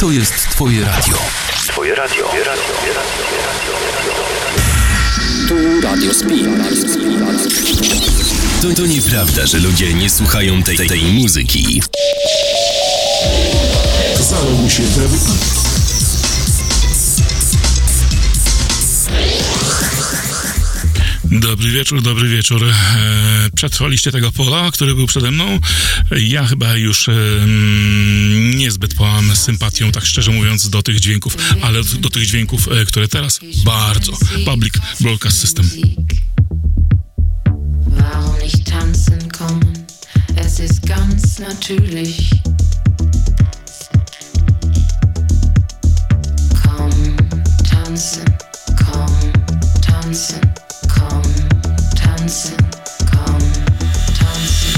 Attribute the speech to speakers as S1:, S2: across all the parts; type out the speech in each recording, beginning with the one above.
S1: To jest Twoje radio.
S2: Twoje radio.
S3: Tu Radio Spin.
S4: To nieprawda, że ludzie nie słuchają tej muzyki.
S5: Zaloguj się Dobry wieczór. Przetrwaliście tego pola, który był przede mną. Ja chyba już niezbyt pałam sympatią, tak szczerze mówiąc, do tych dźwięków, ale do tych dźwięków, które teraz bardzo. Public Broadcast System.
S6: Warum nicht tanzen kommen? Es ist ganz natürlich. Komm, tanzen, komm, tanzen. Komm, tanzen, komm, tanzen.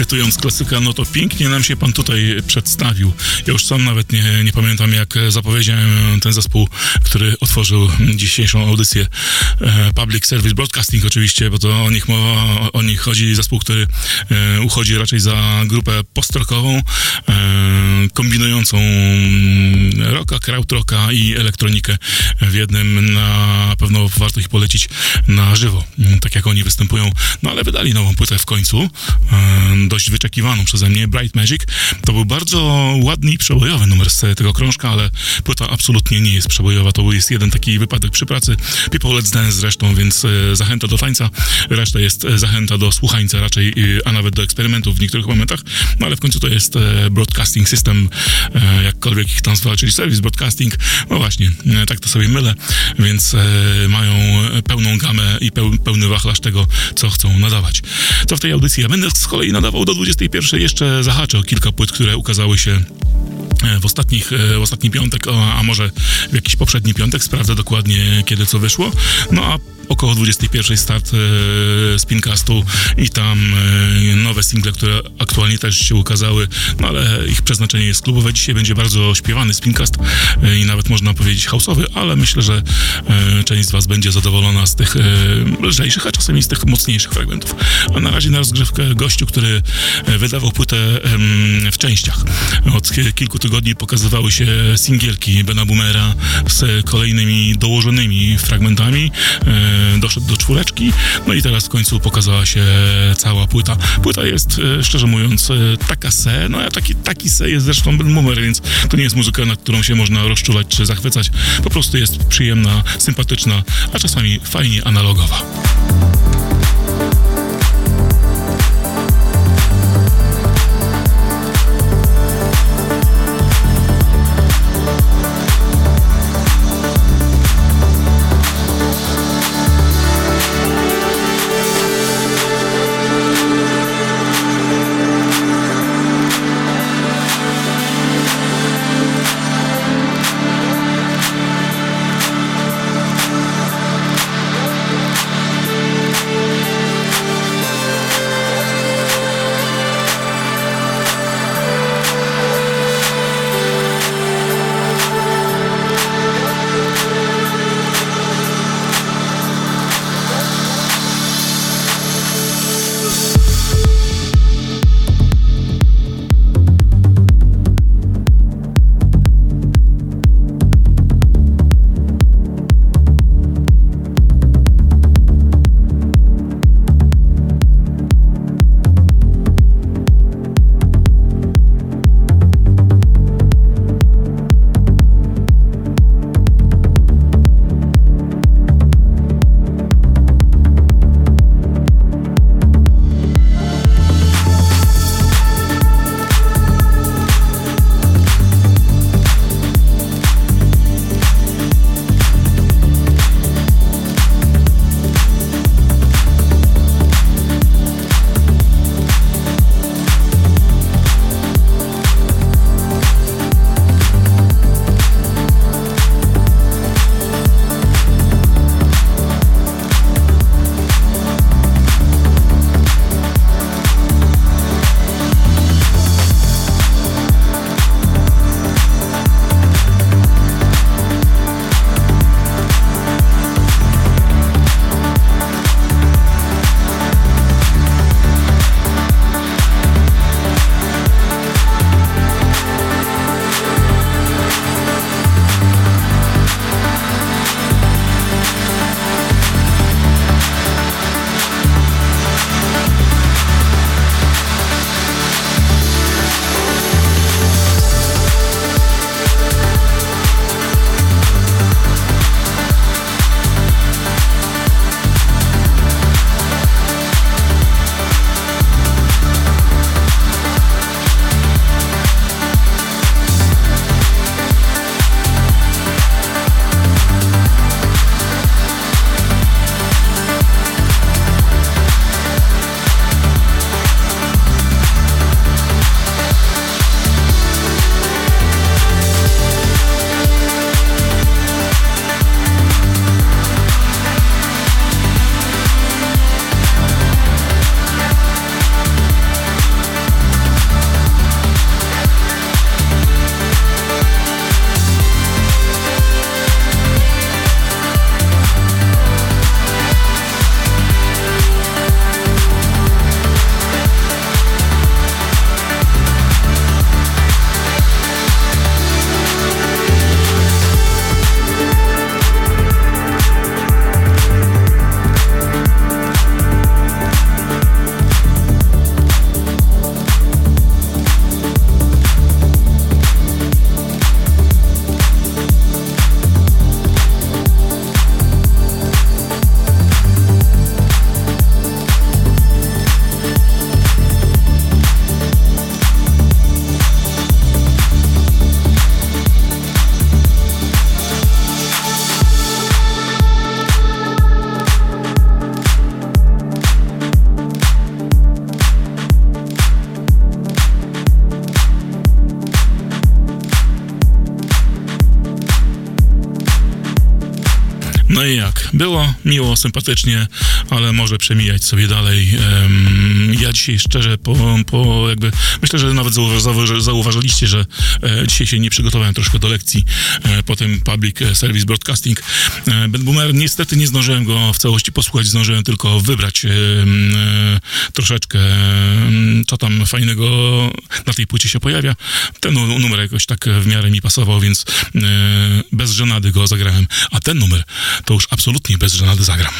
S5: cytując klasyka, no to pięknie nam się pan tutaj przedstawił. Ja już sam nawet nie pamiętam, jak zapowiedziałem ten zespół, który otworzył dzisiejszą audycję. Public Service Broadcasting oczywiście, bo to o nich chodzi. Zespół, który uchodzi raczej za grupę post-rockową, kombinującą rocka, krautrocka i elektronikę w jednym. Na pewno warto ich polecić na żywo, tak jak oni występują. No ale wydali nową płytę w końcu, dość wyczekiwaną przeze mnie, Bright Magic. To był bardzo ładny i przebojowy numer z tego krążka, ale płyta absolutnie nie jest przebojowa. To jest jeden taki wypadek przy pracy. People Let's Dance zresztą, więc zachęta do tańca. Reszta jest zachęta do słuchańca raczej, a nawet do eksperymentów w niektórych momentach. No ale w końcu to jest Broadcasting System, jakkolwiek ich tam zwał, czyli Service Broadcasting. No właśnie, tak to sobie mylę, więc mają pełną gamę i pełny wachlarz tego, co chcą nadawać. To w tej audycji ja będę z kolei nadawał do 21. Jeszcze zahaczę o kilka płyt, które ukazały się w ostatni piątek, a może w jakiś poprzedni piątek. Sprawdzę dokładnie, kiedy co wyszło. No a około 21 start Spincastu i tam nowe single, które aktualnie też się ukazały, no ale ich przeznaczenie jest klubowe. Dzisiaj będzie bardzo śpiewany Spincast i nawet można powiedzieć house'owy, ale myślę, że część z was będzie zadowolona z tych lżejszych, a czasami z tych mocniejszych fragmentów. A na razie na rozgrzewkę gościu, który wydawał płytę w częściach. Od kilku tygodni pokazywały się singielki Bena Boomera z kolejnymi dołożonymi fragmentami. Doszedł do 4, no i teraz w końcu pokazała się cała płyta. Płyta jest, szczerze mówiąc, taka se, no a taki se jest zresztą Ben Boomer, więc to nie jest muzyka, nad którą się można rozczulać czy zachwycać. Po prostu jest przyjemna, sympatyczna, a czasami fajnie analogowa. No i jak? Było miło, sympatycznie, ale może przemijać sobie dalej. Ja dzisiaj szczerze jakby myślę, że nawet zauważyliście, że dzisiaj się nie przygotowałem troszkę do lekcji po tym Public Service Broadcasting. Ben Boomer, niestety nie zdążyłem go w całości posłuchać, zdążyłem tylko wybrać troszeczkę, co tam fajnego na tej płycie się pojawia. Ten numer jakoś tak w miarę mi pasował, więc bez żenady go zagrałem. A ten numer to już absolutnie bez żenady zagram.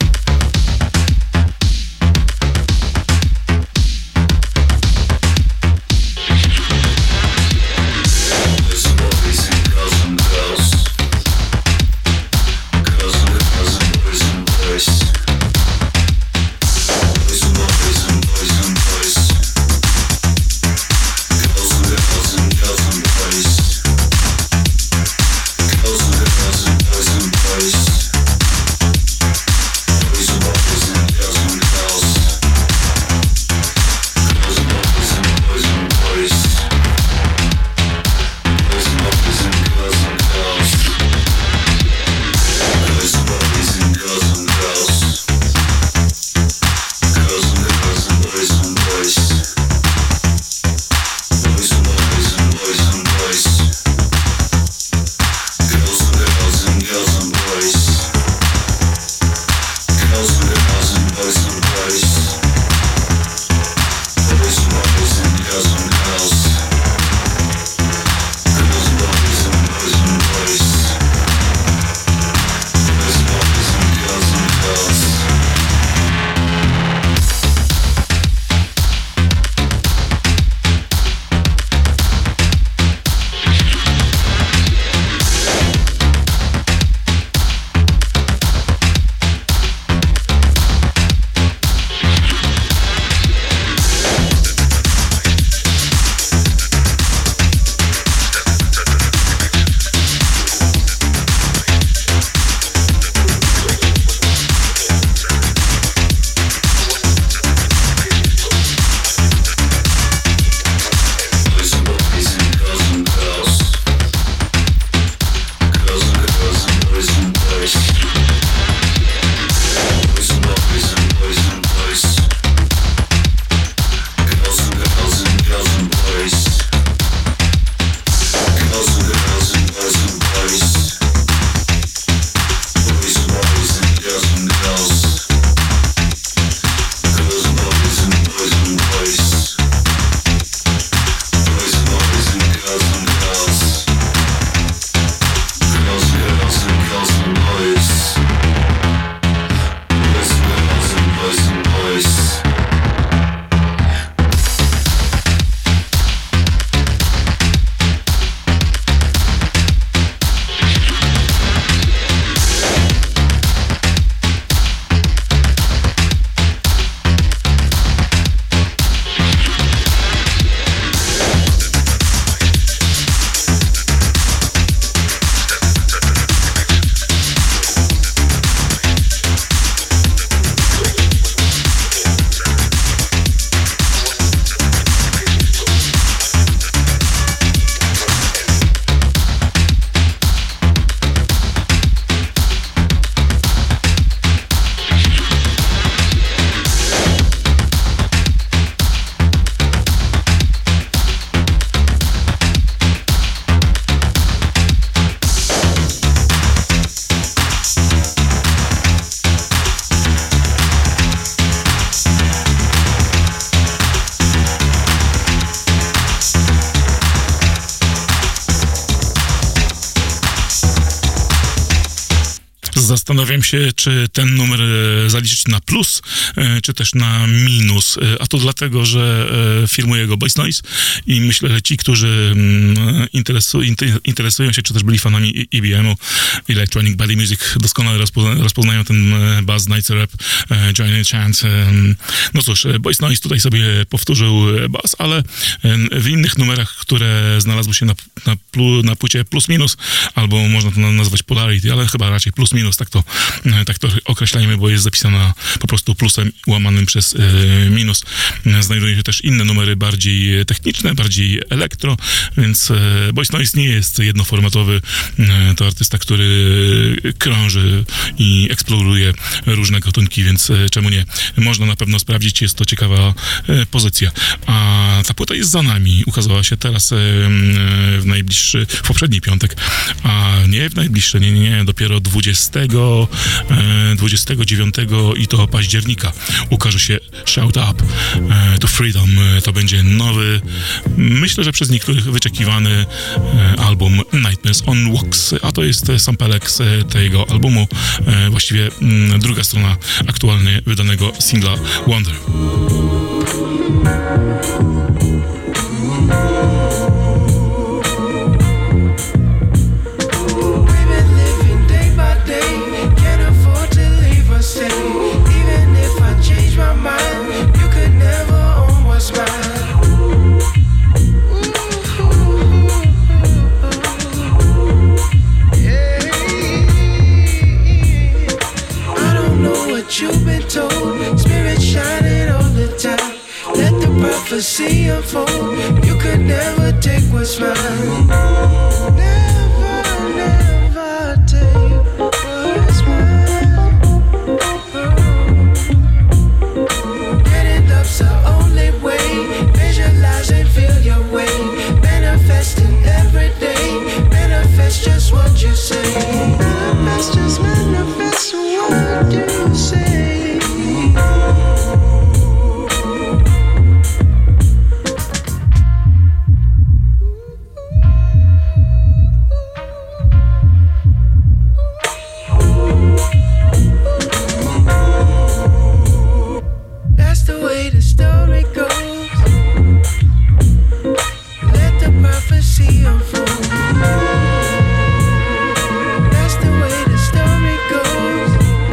S5: Zastanawiam się, czy ten numer zaliczyć na plus, czy też na minus. A to dlatego, że firmuje go Boys Noize i myślę, że ci, którzy interesują się, czy też byli fanami EBM-u, Electronic Body Music, doskonale rozpoznają ten bass, Night Rap, Johnny Chant. No cóż, Boys Noize tutaj sobie powtórzył bass, ale w innych numerach, które znalazły się na płycie plus minus, albo można to nazwać Polarity, ale chyba raczej plus minus, tak to określajmy, bo jest zapisana po prostu plusem łamanym przez minus. Znajdują się też inne numery bardziej techniczne, bardziej elektro, więc Boys Noize nie jest jednoformatowy. To artysta, który krąży i eksploruje różne gatunki, więc czemu nie? Można na pewno sprawdzić, jest to ciekawa pozycja. A ta płyta jest za nami. Ukazała się teraz w poprzedni piątek, a nie w najbliższy, nie, dopiero 29 i to października ukaże się Shout Up to Freedom. To będzie nowy, myślę, że przez niektórych wyczekiwany album Nightmares on Wax, a to jest sampelek z tego albumu, właściwie druga strona aktualnie wydanego singla Wonder.
S1: You've been told, spirit shining all the time. Let the prophecy unfold. You could never take what's mine. Never, never take what's mine. Getting up's the only way. Visualize and feel your way. Manifesting every day. Manifest just what you say. Manifest, just manifest what you say. That's the way the story goes. Let the prophecy unfold. That's the way the story goes.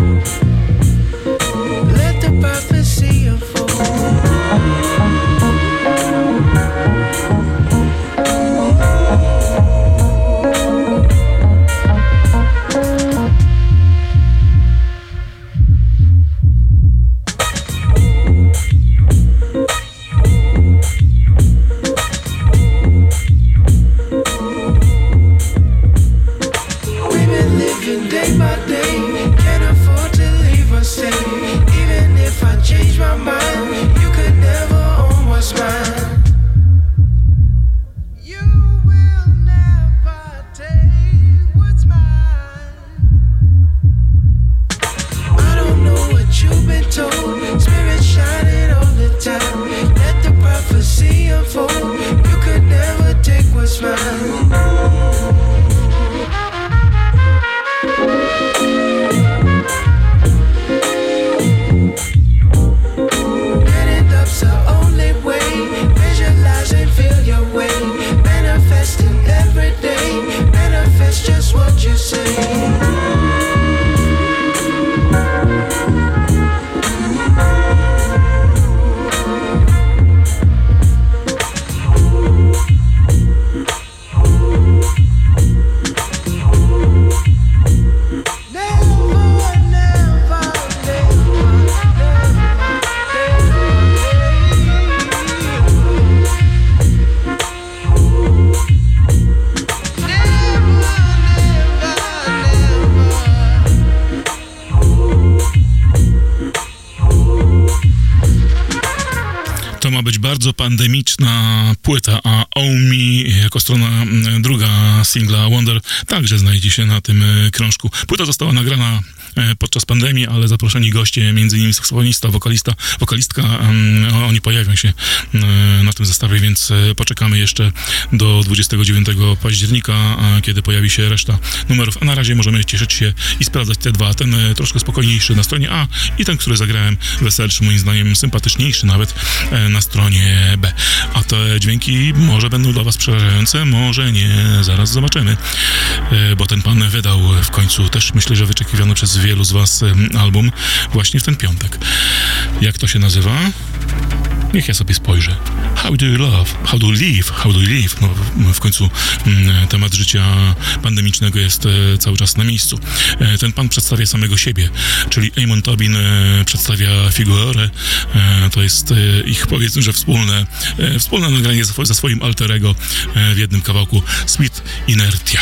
S1: Let the prophecy unfold. We've been living day by day. Can't afford to leave us safe. Even if I change my mind, you could never own what's mine. You will never take what's mine. I don't know what you've been told. Spirit shining all the time. Let the prophecy unfold. You could never take what's mine. Getting up's the only way. Visualize and feel your way. Manifesting every day. Manifest just what you say.
S5: To ma być bardzo pandemiczna płyta, a Oh Me jako strona druga singla Wonder także znajdzie się na tym krążku. Płyta została nagrana podczas pandemii, ale zaproszeni goście, m.in. saksofonista, wokalistka, oni pojawią się na tym zestawie, więc poczekamy jeszcze do 29 października, kiedy pojawi się reszta numerów, a na razie możemy cieszyć się i sprawdzać te dwa, ten troszkę spokojniejszy na stronie A i ten, który zagrałem, weselszy, moim zdaniem sympatyczniejszy nawet, na stronie B. A te dźwięki może będą dla was przerażające, może nie, zaraz zobaczymy, bo ten pan wydał w końcu też, myślę, że wyczekiwany przez wielu z was album właśnie w ten piątek. Jak to się nazywa? Niech ja sobie spojrzę. How do you love? How do you live? How do you live? No, w końcu temat życia pandemicznego jest cały czas na miejscu. Ten pan przedstawia samego siebie, czyli Amon Tobin przedstawia Figuore. To jest ich, powiedzmy, że wspólne nagranie ze swoim alter ego w jednym kawałku Sweet Inertia.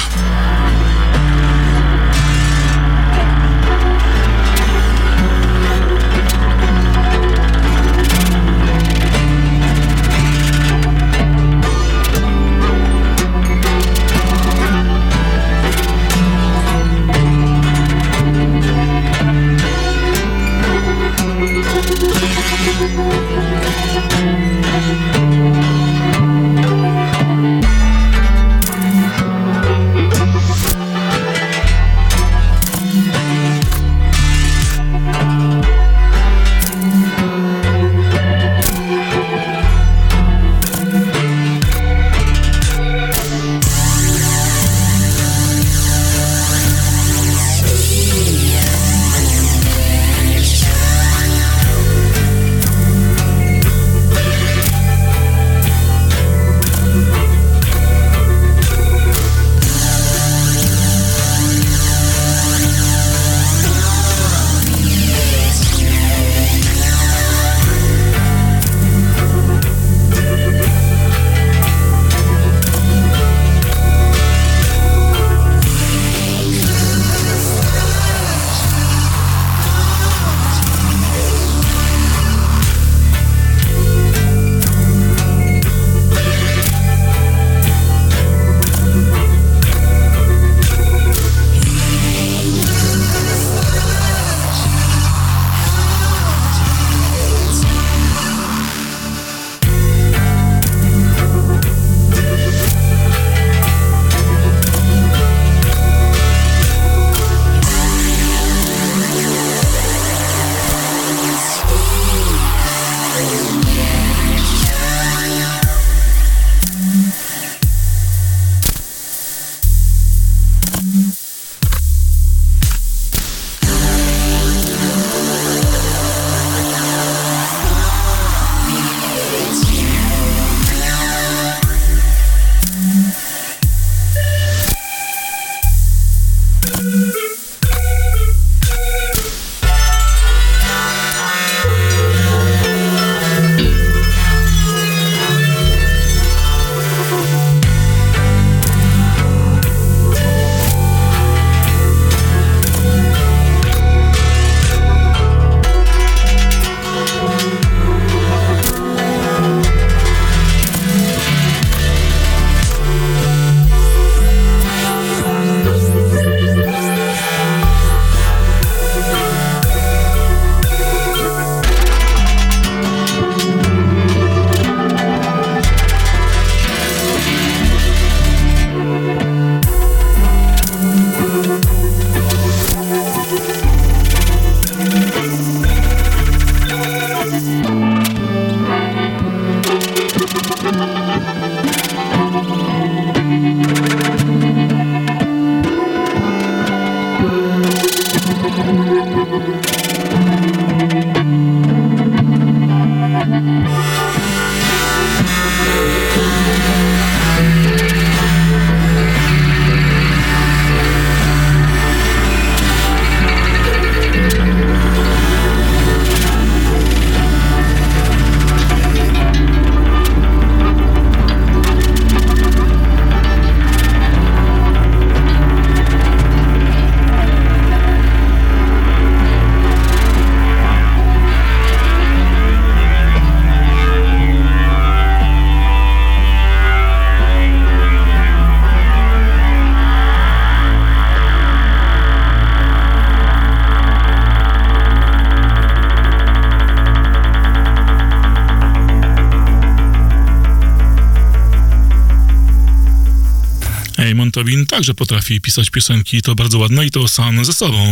S5: Amon Tobin także potrafi pisać piosenki, to bardzo ładne i to sam ze sobą.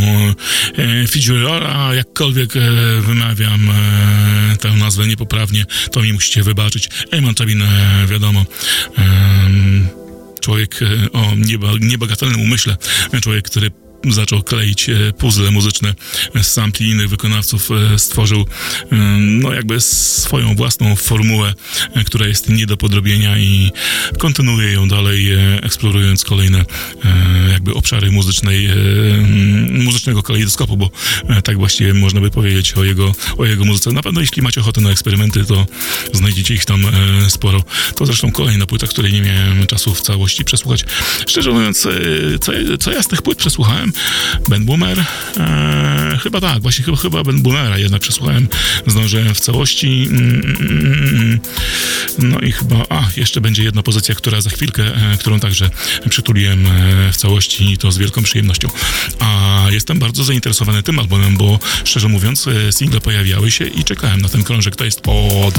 S5: Figueroa, jakkolwiek wymawiam tę nazwę niepoprawnie, to mi musicie wybaczyć. Amon Tobin, wiadomo, człowiek o niebagatelnym umyśle, człowiek, który zaczął kleić puzzle muzyczne z sampli innych wykonawców, stworzył no jakby swoją własną formułę, która jest nie do podrobienia i kontynuuje ją dalej, eksplorując kolejne jakby obszary muzycznego kalejdoskopu, bo tak właściwie można by powiedzieć o jego muzyce. Na pewno jeśli macie ochotę na eksperymenty, to znajdziecie ich tam sporo. To zresztą kolejna płyta, której nie miałem czasu w całości przesłuchać. Szczerze mówiąc, co ja z tych płyt przesłuchałem? Ben Boomer? Chyba tak, właśnie chyba Ben Boomera jednak przesłuchałem, zdążyłem w całości. No i chyba, jeszcze będzie jedna pozycja, która za chwilkę, którą także przytuliłem w całości i to z wielką przyjemnością. A jestem bardzo zainteresowany tym albumem, bo szczerze mówiąc, single pojawiały się i czekałem na ten krążek, to jest pod...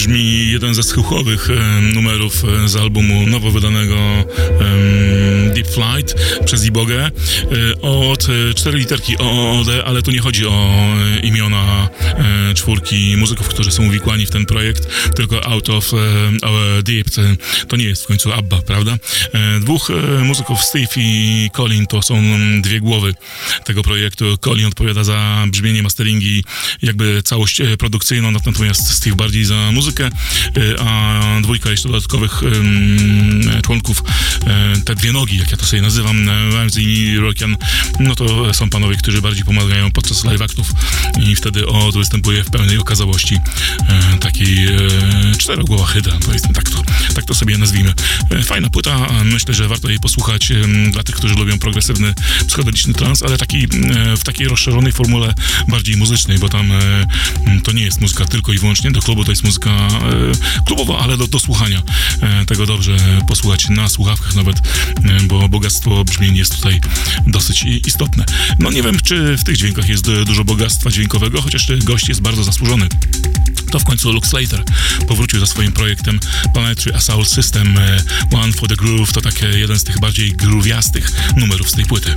S5: brzmi jeden ze schyłkowych numerów z albumu nowo wydanego Deep Flight przez Ibogę. Od 4 literki OOD, ale tu nie chodzi o imiona 4 muzyków, którzy są uwikłani w ten projekt, tylko Out of Our Deep. To nie jest w końcu ABBA, prawda? 2 muzyków, Steve i Colin, to są 2 głowy tego projektu. Colin odpowiada za brzmienie, masteringi, jakby całość produkcyjną, natomiast Steve bardziej za muzykę, a 2 jeszcze dodatkowych członków, te 2 nogi, jak ja to sobie nazywam, Ramsey i Rockian, no to są panowie, którzy bardziej pomagają podczas live aktów i wtedy występuje w pełnej okazałości takiej 4-głowa hydra, powiedzmy, tak to sobie nazwijmy. Fajna płyta, myślę, że warto jej posłuchać dla tych, którzy lubią progresywny, psychodeliczny trans, ale w takiej rozszerzonej formule bardziej muzycznej, bo tam to nie jest muzyka tylko i wyłącznie do klubu, to jest muzyka klubowa, ale do słuchania. Tego dobrze posłuchać na słuchawkach nawet, bo bogactwo brzmień jest tutaj dosyć istotne. No nie wiem, czy w tych dźwiękach jest dużo bogactwa dźwiękowego, chociaż gość jest bardzo zasłużony. To w końcu Luke Slater powrócił za swoim projektem Planetary Assault System. One for the Groove to taki jeden z tych bardziej grooviastych numerów z tej płyty.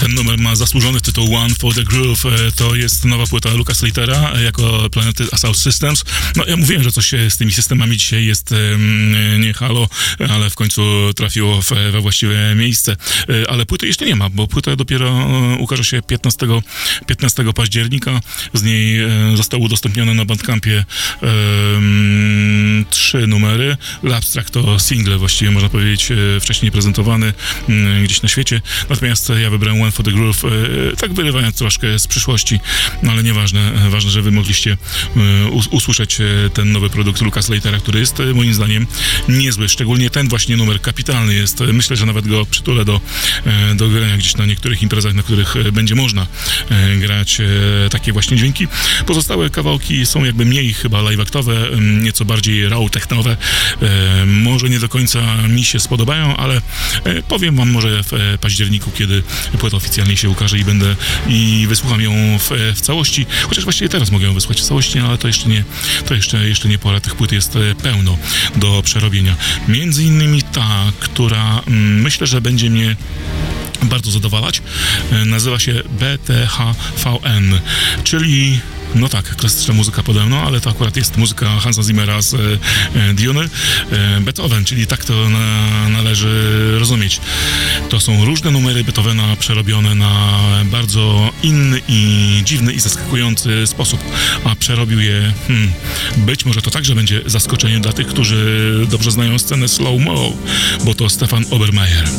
S5: Ten numer ma zasłużony tytuł One for the Groove. To jest nowa płyta Luka Slatera jako Planety Assault Systems. No ja mówiłem, że coś z tymi systemami dzisiaj jest nie halo, ale w końcu trafiło we właściwe miejsce. Ale płyty jeszcze nie ma, bo płyta dopiero ukaże się 15 października. Z niej zostały udostępnione na Bandcampie 3 numery. Abstract to single, właściwie można powiedzieć, wcześniej prezentowany gdzieś na świecie. Natomiast ja wybrałem One for the Groove, tak wyrywając troszkę z przyszłości, no ale nieważne. Ważne, że wy mogliście usłyszeć ten nowy produkt Luka Slatera, który jest moim zdaniem niezły. Szczególnie ten właśnie numer kapitalny jest. Myślę, że nawet go przytulę do grania gdzieś na niektórych imprezach, na których będzie można grać takie właśnie dźwięki. Pozostałe kawałki są jakby mniej chyba live-aktowe, nieco bardziej raw technowe. Może nie do końca mi się spodobają, ale powiem wam może w październiku, kiedy płyta oficjalnie się ukaże i wysłucham ją w całości. Chociaż właściwie teraz mogę ją wysłuchać w całości, ale to jeszcze nie pora. Tych płyt jest pełno do przerobienia. Między innymi ta, która myślę, że będzie mnie bardzo zadowalać, nazywa się BTHVN, czyli no tak, klasyczna muzyka pode mną, ale to akurat jest muzyka Hansa Zimmera z Duny. Beethoven, czyli tak to należy rozumieć. To są różne numery Beethovena przerobione na bardzo inny i dziwny i zaskakujący sposób, a przerobił je, być może to także będzie zaskoczenie dla tych, którzy dobrze znają scenę slow-mo, bo to Stefan Obermeier.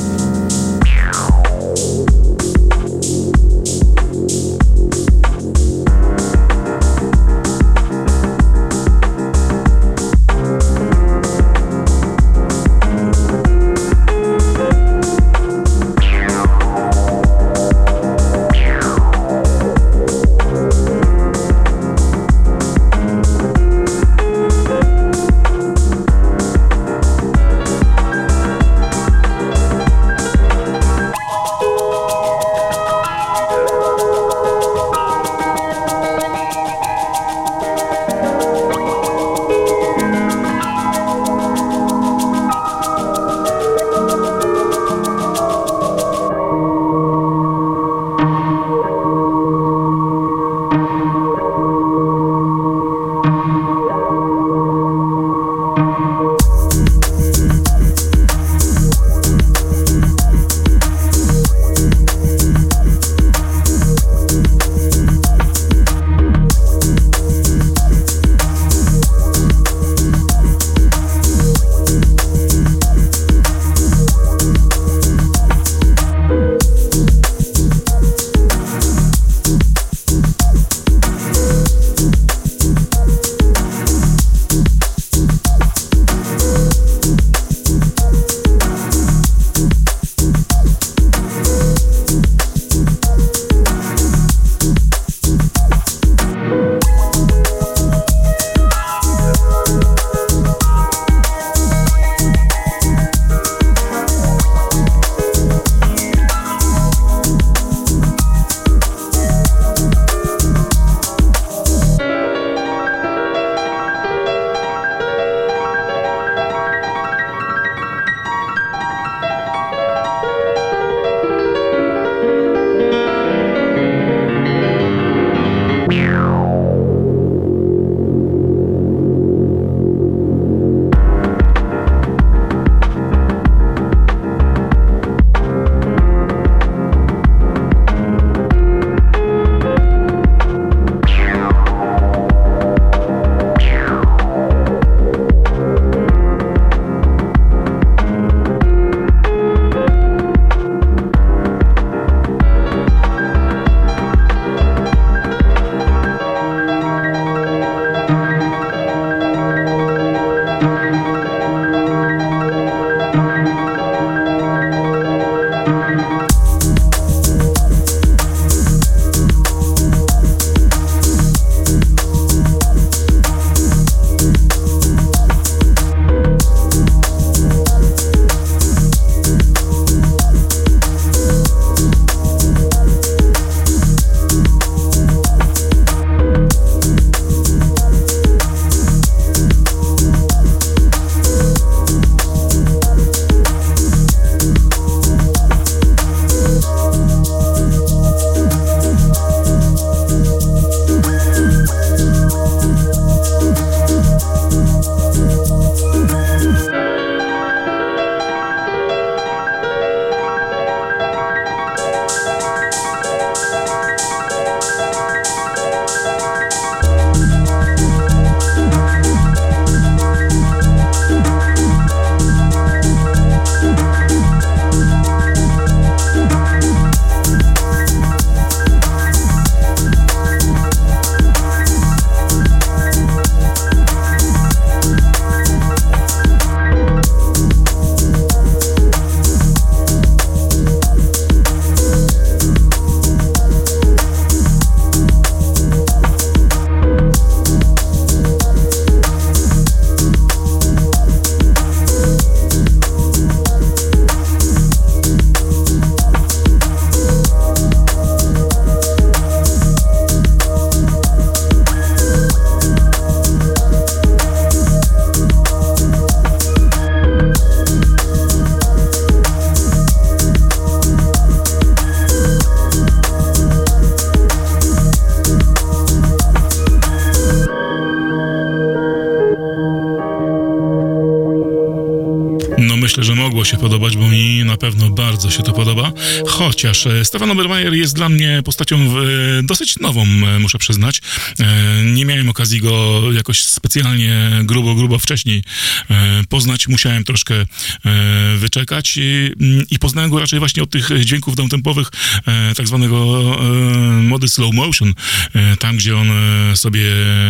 S5: No myślę, że mogło się podobać, bo mi na pewno bardzo się to podoba. Chociaż Stefan Obermeier jest dla mnie postacią dosyć nową, muszę przyznać. Nie miałem okazji go jakoś specjalnie grubo wcześniej poznać. Musiałem troszkę wyczekać i poznałem go raczej właśnie od tych dźwięków downtempowych, tak zwanego mody slow motion, tam gdzie on sobie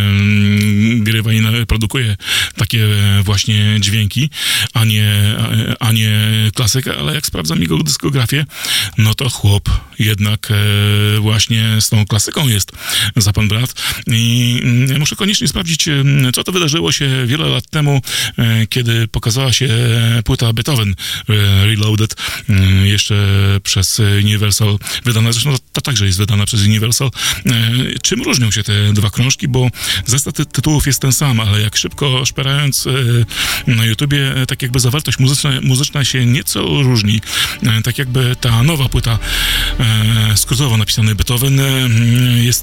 S5: grywa i produkuje takie właśnie dźwięki, a nie klasykę, ale jak sprawdzam jego dyskografię, no to chłop jednak właśnie z tą klasyką jest za pan brat i muszę koniecznie sprawdzić, co to wydarzyło się wiele lat temu, kiedy pokazała się płyta Beethoven Reloaded, jeszcze przez Universal wydana, zresztą ta także jest wydana przez Universal. Czym różnią się te dwa krążki, bo zestaw tytułów jest ten sam, ale jak szybko szperając na YouTubie, tak jakby zawartość muzyczna się nieco różni. Tak jakby ta nowa płyta, skrótowo napisany Beethoven, jest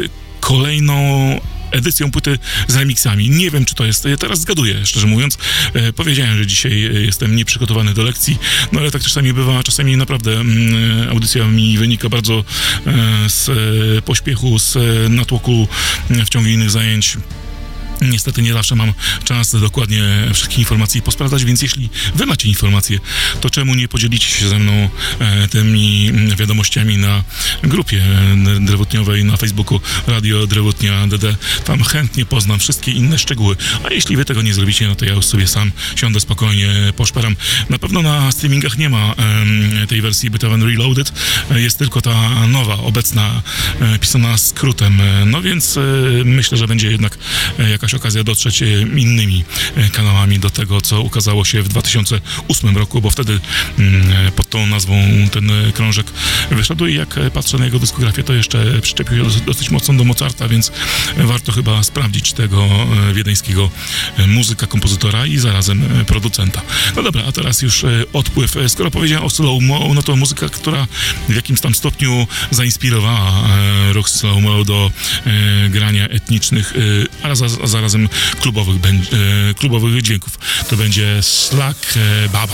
S5: kolejną edycją płyty z remixami. Nie wiem, czy to jest... Teraz zgaduję, szczerze mówiąc. Powiedziałem, że dzisiaj jestem nieprzygotowany do lekcji, no ale tak czasami bywa. Czasami naprawdę audycja mi wynika bardzo z pośpiechu, z natłoku w ciągu innych zajęć. Niestety nie zawsze mam czas dokładnie wszystkich informacji posprawdzać, więc jeśli wy macie informacje, to czemu nie podzielicie się ze mną tymi wiadomościami na grupie drewutniowej na Facebooku Radio Drewutnia DD. Tam chętnie poznam wszystkie inne szczegóły. A jeśli wy tego nie zrobicie, no to ja już sobie sam siądę spokojnie, poszperam. Na pewno na streamingach nie ma tej wersji Beethoven Reloaded. Jest tylko ta nowa, obecna, pisana skrótem. No więc myślę, że będzie jednak jakaś okazja dotrzeć innymi kanałami do tego, co ukazało się w 2008 roku, bo wtedy pod tą nazwą ten krążek wyszedł i jak patrzę na jego dyskografię, to jeszcze przyczepił się dosyć mocno do Mozarta, więc warto chyba sprawdzić tego wiedeńskiego muzyka, kompozytora i zarazem producenta. No dobra, a teraz już odpływ. Skoro powiedziałem o slow-mo, no to muzyka, która w jakimś tam stopniu zainspirowała ruch slow-mo do grania etnicznych, a zarazem klubowych dźwięków. To będzie Slack Baba.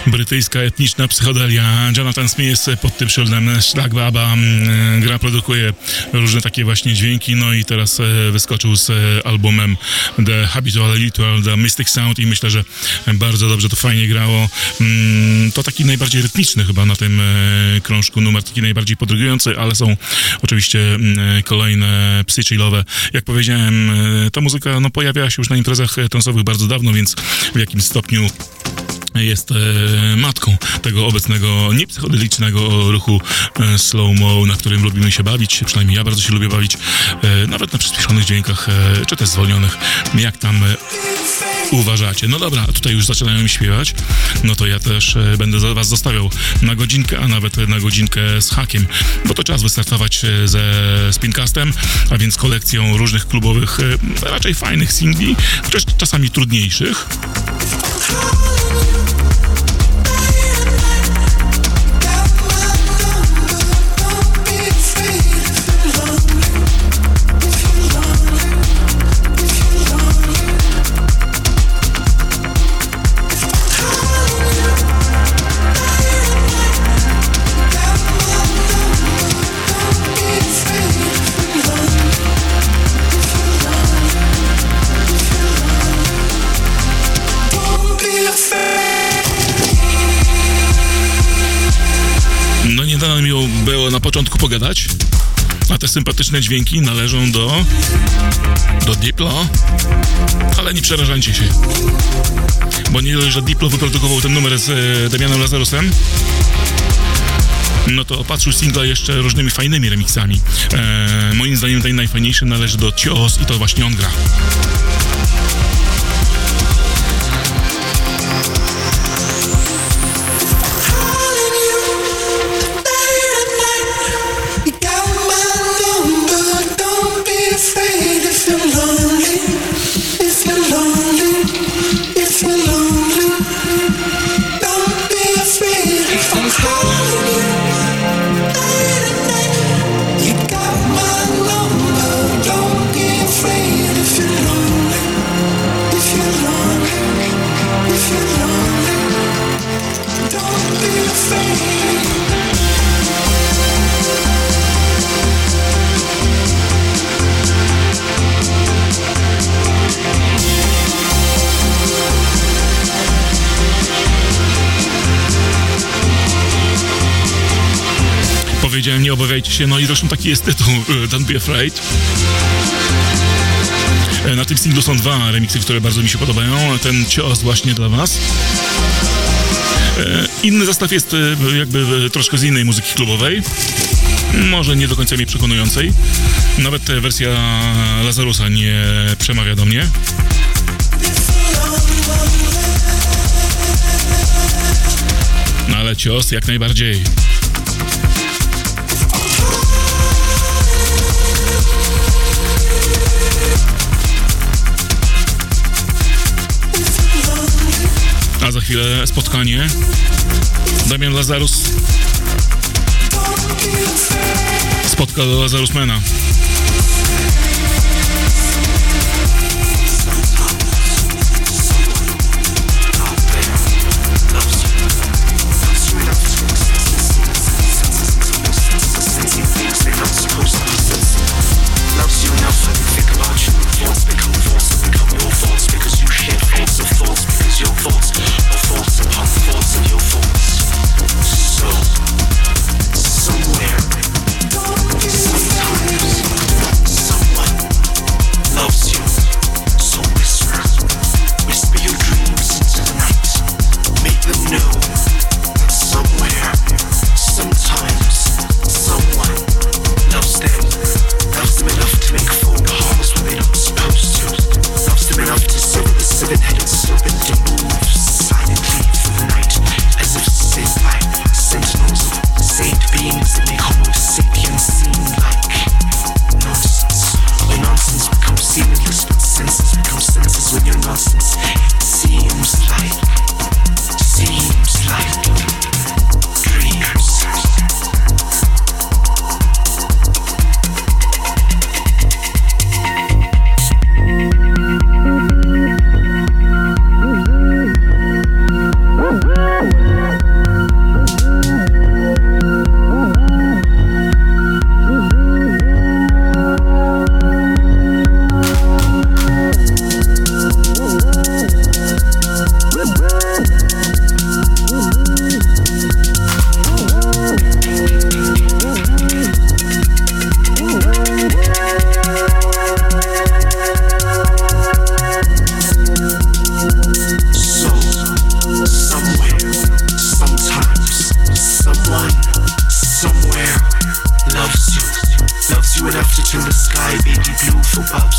S5: Brytyjska etniczna psychodelia. Jonathan Smith pod tym szyldem Szlak Baba gra, produkuje różne takie właśnie dźwięki, no i teraz wyskoczył z albumem The Habitual Ritual, The Mystic Sound i myślę, że bardzo dobrze to fajnie grało. To taki najbardziej rytmiczny chyba na tym krążku numer, taki najbardziej podrygujący, ale są oczywiście kolejne psy-chillowe. Jak powiedziałem, ta muzyka no, pojawiała się już na imprezach transowych bardzo dawno, więc w jakimś stopniu jest matką tego obecnego niepsychodelicznego ruchu slow-mo, na którym lubimy się bawić, przynajmniej ja bardzo się lubię bawić, nawet na przyspieszonych dźwiękach, czy też zwolnionych, jak tam uważacie. No dobra, tutaj już zaczynają mi śpiewać, no to ja też będę was zostawiał na godzinkę, a nawet na godzinkę z hakiem, bo to czas wystartować ze Spincastem, a więc kolekcją różnych klubowych, raczej fajnych singli, chociaż czasami trudniejszych. Miło było na początku pogadać, a te sympatyczne dźwięki należą do Diplo, ale nie przerażajcie się, bo nie dość, że Diplo wyprodukował ten numer z Damianem Lazarusem, no to opatrzył singla jeszcze różnymi fajnymi remixami. Moim zdaniem ten najfajniejszy należy do Cios i to właśnie on gra. Powiedziałem, nie obawiajcie się, no i zresztą taki jest tytuł, Don't Be Afraid. Na tym singlu są dwa remiksy, które bardzo mi się podobają, ten Cios właśnie dla was. Inny zestaw jest jakby troszkę z innej muzyki klubowej, może nie do końca mnie przekonującej, nawet wersja Lazarusa nie przemawia do mnie. No ale Cios jak najbardziej. A za chwilę spotkanie Damian Lazarus spotka Lazarusmana.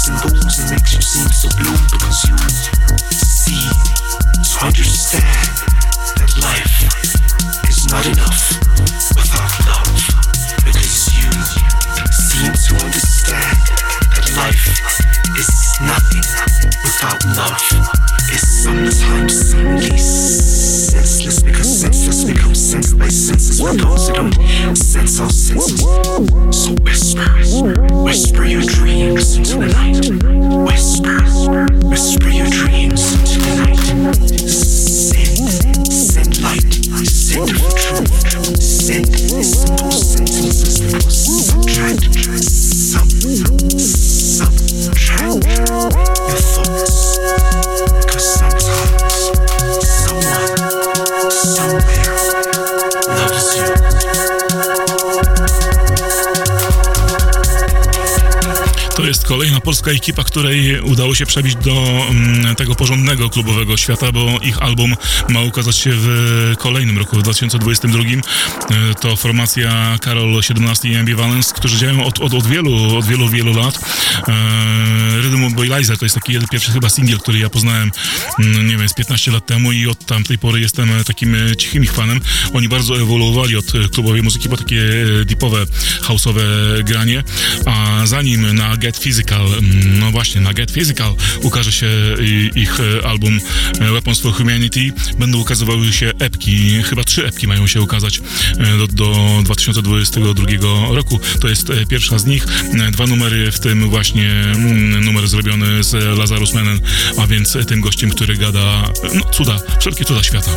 S1: comes and goes and makes you seem so blue because you see, to understand that life is not enough without love. Because you seem to understand that life is nothing without love. It's sometimes simply senseless because senseless becomes sense by senses when those who don't sense our senses. So whisper your dreams into the night. Whisper your dreams into the night. Send light, send for truth. Send simple sentences that will subtract your thoughts. Because sometimes someone, somewhere loves you.
S5: To jest kolejna polska ekipa, której udało się przebić do tego porządnego klubowego świata, bo ich album ma ukazać się w kolejnym roku, w 2022. To formacja Karol 17 i Ambivalence, którzy działają od wielu lat. Rhythm Mobilizer to jest taki pierwszy chyba singiel, który ja poznałem, nie wiem, z 15 lat temu i od tamtej pory jestem takim cichym ich fanem. Oni bardzo ewoluowali od klubowej muzyki, bo takie deepowe, house'owe granie, a zanim na Get Physical, no właśnie, na Get Physical ukaże się ich album Weapons for Humanity, będą ukazywały się epki, chyba 3 epki mają się ukazać do 2022 roku. To jest pierwsza z nich, 2 numery, w tym właśnie numer zrobiony z Lazarus Menen, a więc tym gościem, który gada cuda, wszelkie cuda świata.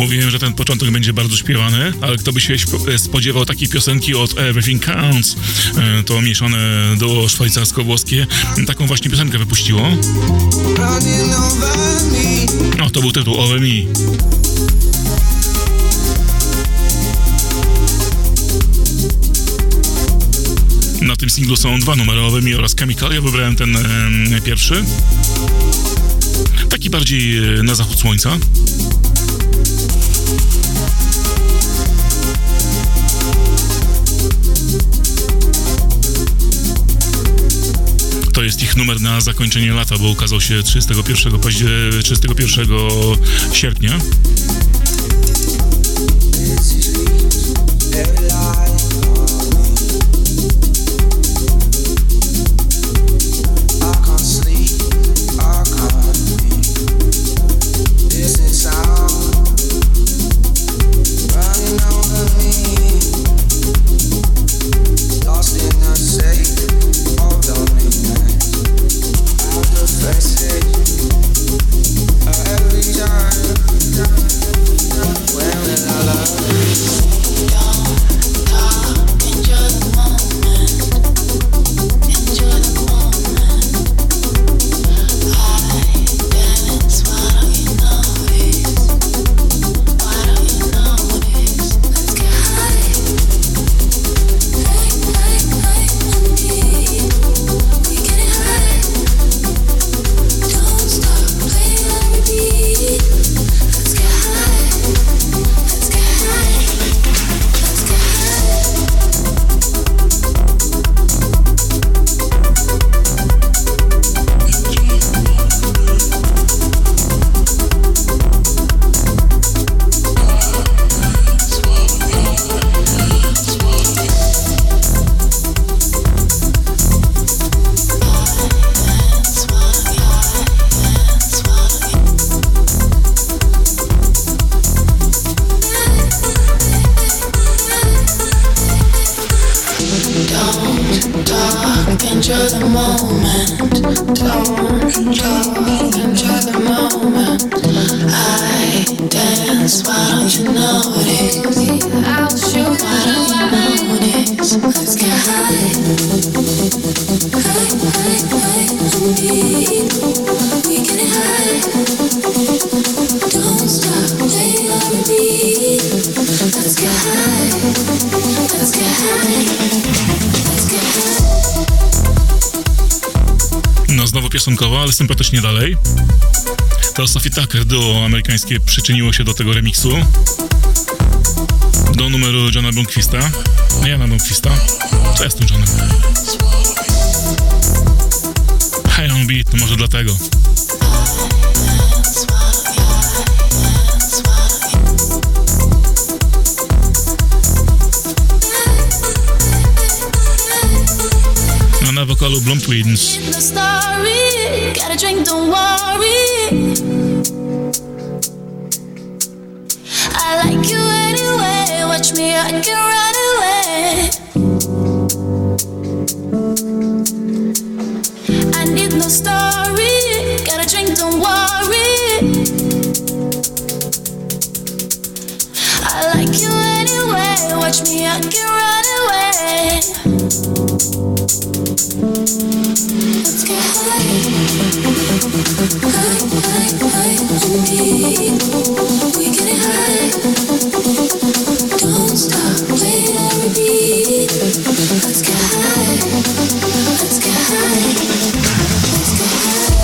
S5: Mówiłem, że ten początek będzie bardzo śpiewany, ale kto by się spodziewał takiej piosenki od Everything Counts, to mieszane do szwajcarsko-włoskie, taką właśnie piosenkę wypuściło. No, to był tytuł Over Me. Na tym singlu są dwa numery, Over Me oraz Chemical. Ja wybrałem ten pierwszy. Taki bardziej na zachód słońca. To jest ich numer na zakończenie lata, bo ukazał się 31 sierpnia. No znowu piosenkowo, ale sympatycznie dalej. To Sophie Tucker, duo amerykańskie, przyczyniło się do tego remiksu. Do numeru Johna Blomqvista. Jana Blomqvista. Co jest z tym Johnem? High on Beat, to może dlatego. No na wokalu Bloom Twins.
S2: Gotta drink, don't worry. I like you anyway. Watch me, I can run away. I need no story. Gotta drink, don't worry. I like you anyway. Watch me, I can run away. Let's get high. We getting high. Don't stop, play it and repeat. Let's get high. Let's get high. Let's get high.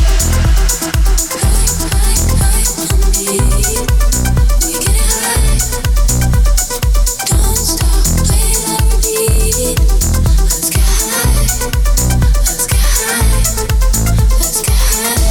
S2: High on me. We getting high. Don't stop, play it and repeat. Let's get high. Let's get high. Let's get high.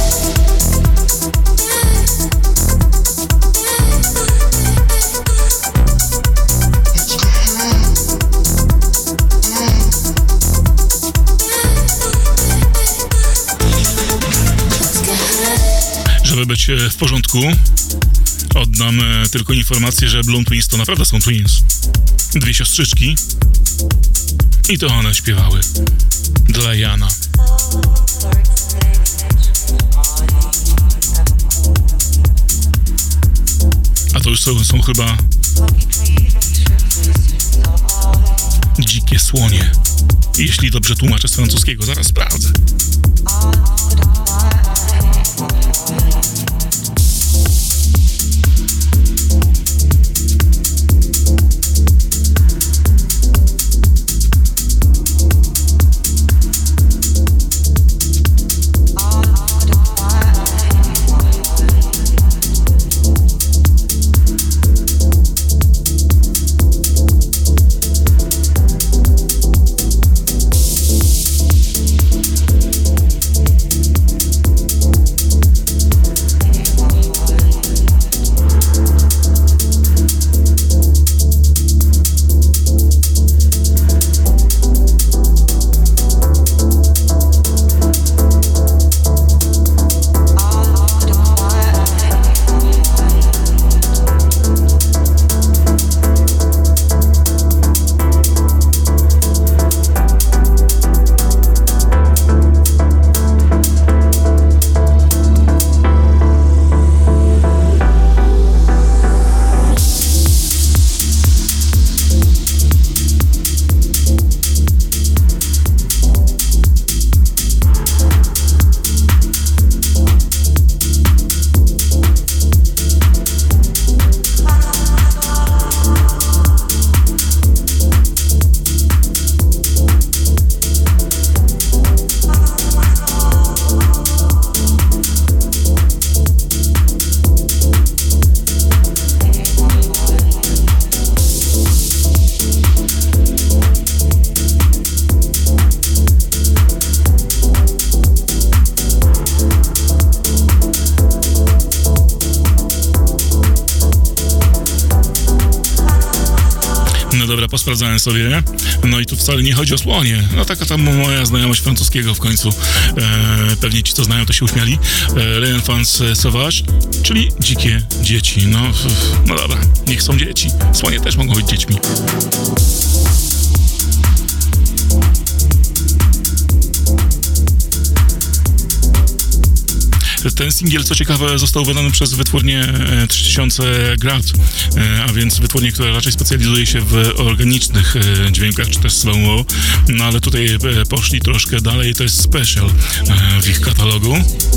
S5: Żeby być w porządku, oddam tylko informację, że Bloom Twins to naprawdę są twins. Dwie siostrzyczki i to one śpiewały dla Jana. A to już są chyba dzikie słonie. Jeśli dobrze tłumaczę z francuskiego, zaraz sprawdzę. Posprawdzałem sobie, no i tu wcale nie chodzi o słonie, no taka tam moja znajomość francuskiego w końcu, pewnie ci co znają to się uśmiali, Les Enfants Sauvages, czyli dzikie dzieci, no dobra, niech są dzieci, słonie też mogą być dziećmi. Ten singiel, co ciekawe, został wydany przez wytwórnię 3000 Grad, a więc wytwórnię, która raczej specjalizuje się w organicznych dźwiękach, czy też slow-mo, no ale tutaj poszli troszkę dalej, to jest special w ich katalogu.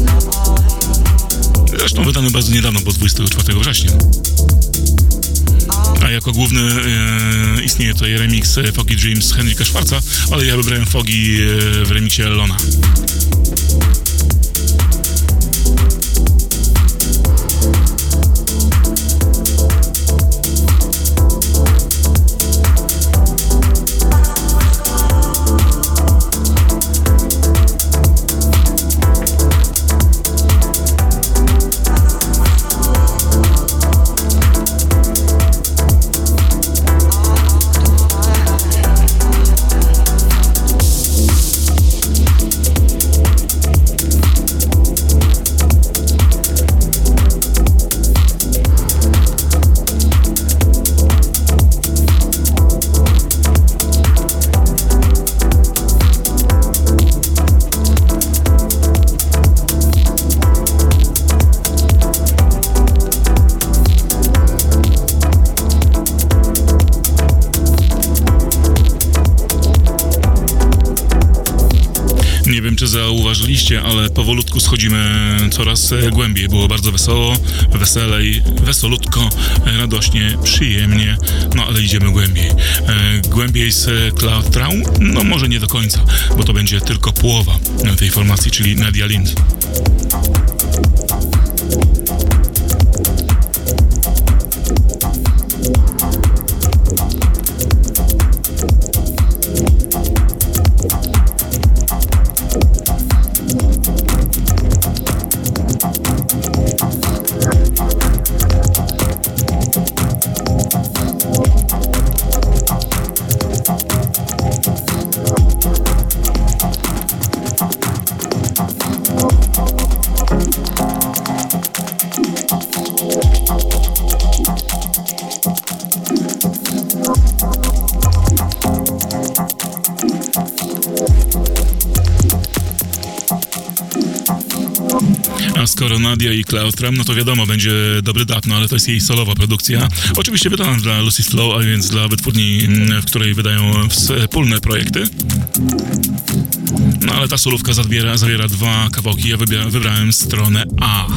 S5: Zresztą wydany bardzo niedawno, bo 24 września. A jako główny istnieje tutaj remix Foggy Dreams Henryka Schwarza, ale ja wybrałem Foggy w remiksie Lona. Nie wiem, czy zauważyliście, ale powolutku schodzimy coraz głębiej. Było bardzo wesoło, weselej, wesolutko, radośnie, przyjemnie, no ale idziemy głębiej. Głębiej z Cloud Traum? No może nie do końca, bo to będzie tylko połowa tej formacji, czyli Nadia Lind. A skoro Nadia i Cloudtram, no to wiadomo, będzie dobry dat, no ale to jest jej solowa produkcja. Oczywiście wydana dla Lucy Slow, a więc dla wytwórni, w której wydają wspólne projekty. No ale ta solówka zawiera 2 kawałki, ja wybrałem stronę A.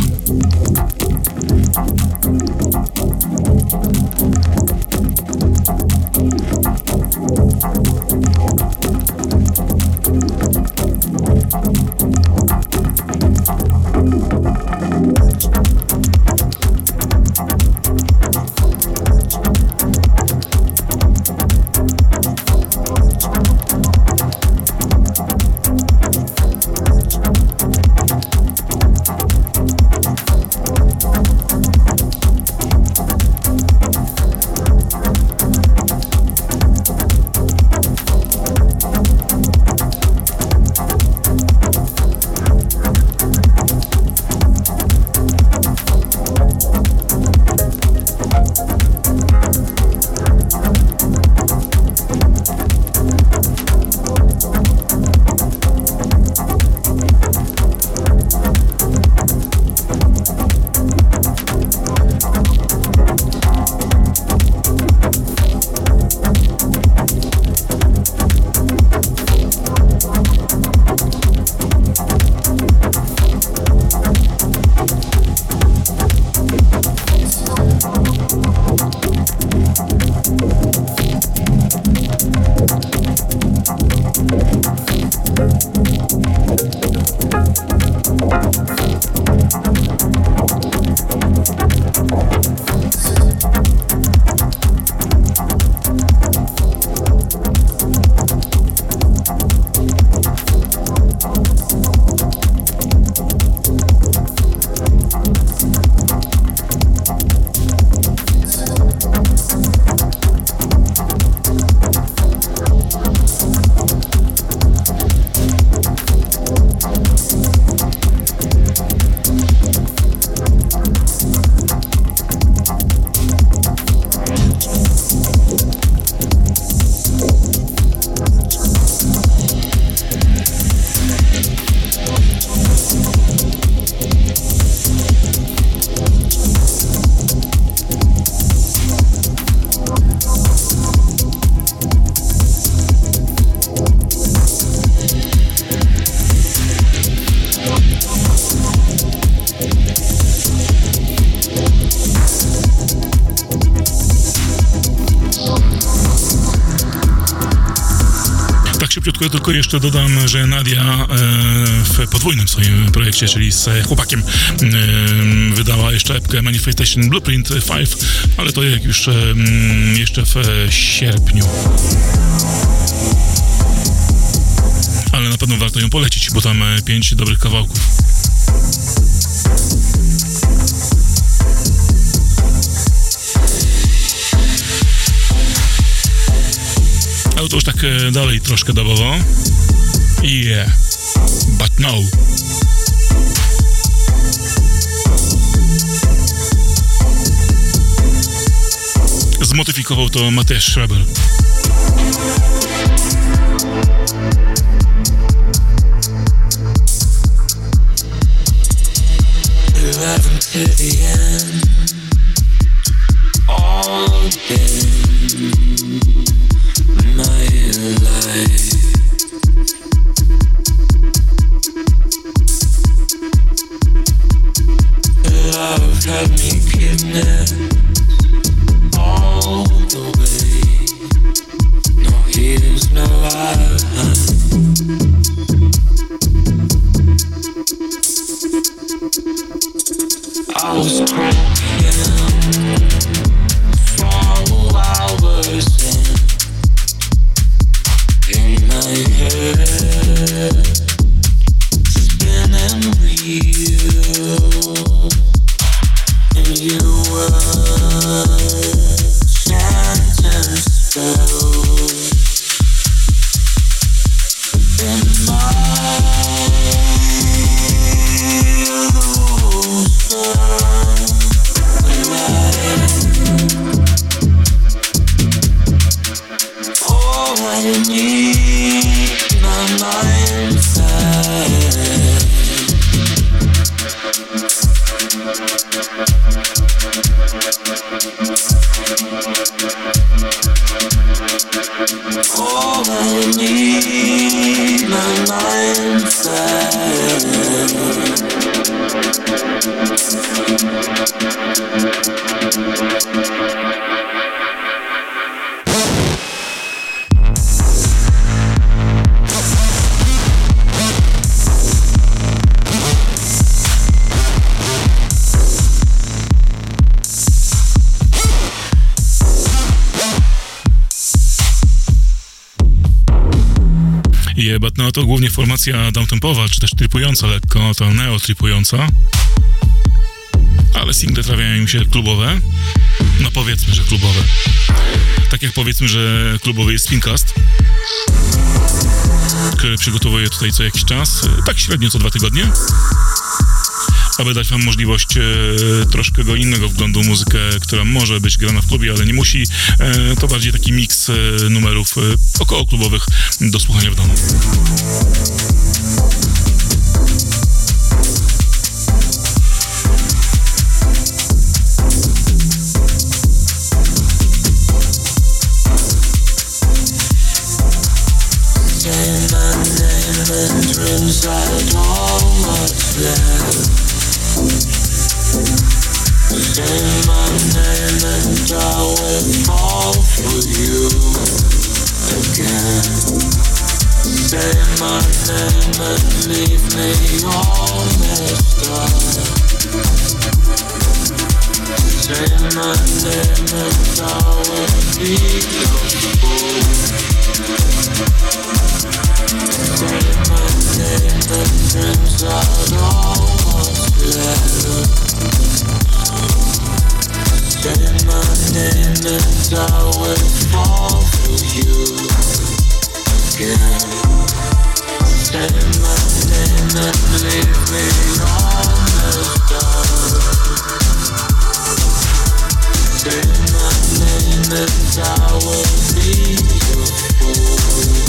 S5: Ja tylko jeszcze dodam, że Nadia w podwójnym swoim projekcie, czyli z chłopakiem, wydała jeszcze epkę Manifestation Blueprint 5, ale to jak już jeszcze w sierpniu. Ale na pewno warto ją polecić, bo tam 5 dobrych kawałków. Ale to już tak dalej troszkę dubowo. Yeah, but no. Zmodyfikował to Mateusz Schreber.
S2: When
S5: Yeah, but no to głównie formacja downtempowa, czy też tripująca lekko, to neo-tripująca. Ale single trafiają im się klubowe. No powiedzmy, że klubowe. Tak jak powiedzmy, że klubowy jest Spincast, który przygotowuję tutaj co jakiś czas, tak średnio co 2 tygodnie, aby dać wam możliwość troszkę innego wglądu muzykę, która może być grana w klubie, ale nie musi. To bardziej taki miks numerów około klubowych do słuchania w domu.
S1: Say my name and I will fall for you again. Say my name and leave me all messed up. Say my name and I will be your fool. Say my name and turns out all what's left. Say my name and I will fall for you again. Say my name and leave me all messed up. Say my name and I will be your fool.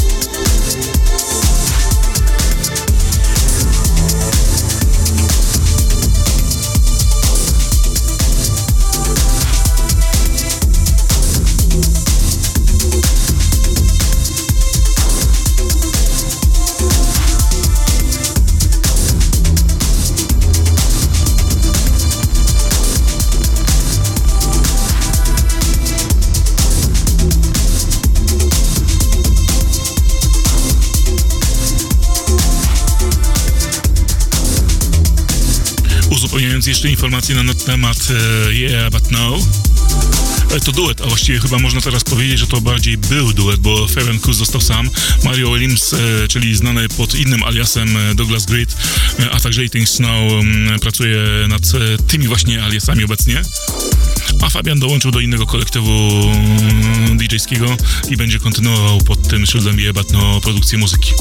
S5: Uzupełniając jeszcze informacje na temat Yeah, but no. To duet, a właściwie chyba można teraz powiedzieć, że to bardziej był duet, bo Fabian Kus został sam. Mario Williams, czyli znany pod innym aliasem Douglas Grid, a także Eating Snow, pracuje nad tymi właśnie aliasami obecnie. A Fabian dołączył do innego kolektywu DJ-skiego i będzie kontynuował pod tym szyldem Yeah, but no produkcję muzyki.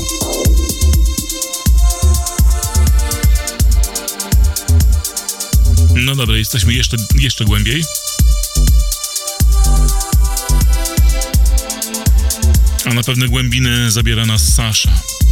S5: No dobra, jesteśmy jeszcze głębiej. A na pewne głębiny zabiera nas Sasha.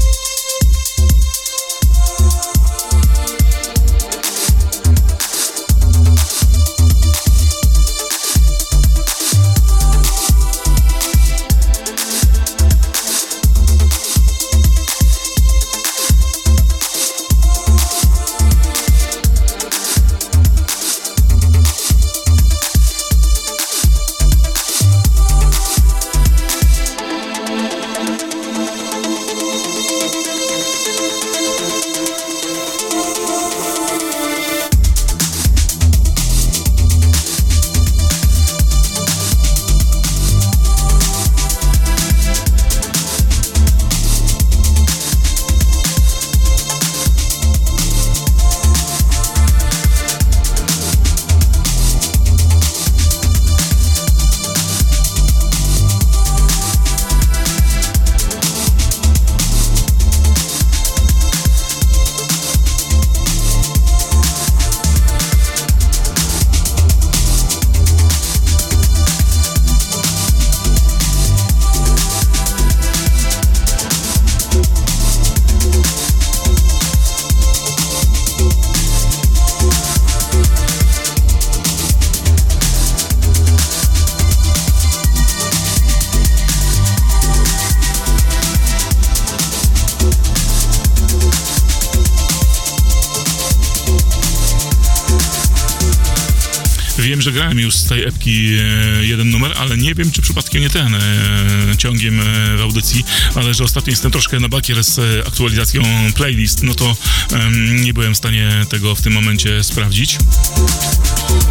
S5: Wiem, że grałem już z tej epki jeden numer, ale nie wiem, czy przypadkiem nie ten ciągiem w audycji, ale że ostatnio jestem troszkę na bakier z aktualizacją playlist, no to nie byłem w stanie tego w tym momencie sprawdzić. W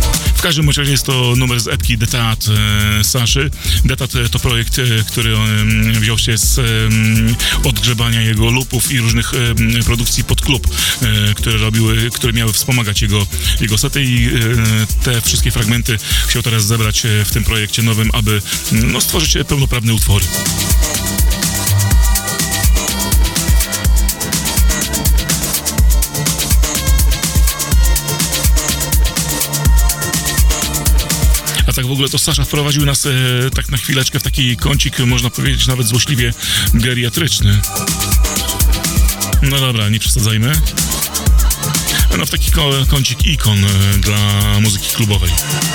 S5: każdym razie jest to numer z epki Detat Saszy. Detat to projekt, który wziął się z odgrzebania jego loopów i różnych produkcji pod klub, które miały wspomagać jego sety i te wszystkie fragmenty chciał teraz zebrać w tym projekcie nowym, aby stworzyć pełnoprawne utwory. A tak w ogóle to Sasza wprowadził nas tak na chwileczkę w taki kącik, można powiedzieć nawet złośliwie geriatryczny. No dobra, nie przesadzajmy. No w taki kącik ikon dla muzyki klubowej.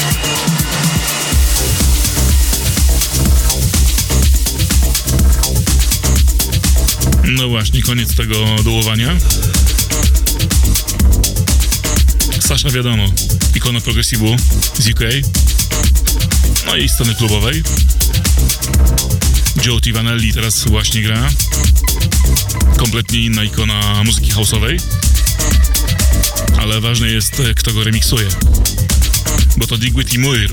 S5: No właśnie, koniec tego dołowania. Sasza, wiadomo, ikona progressive'u z UK, no i sceny klubowej. Joe T. Vanelli teraz właśnie gra. Kompletnie inna ikona muzyki house'owej. Ale ważne jest, kto go remiksuje. Bo to Digweed i Muir.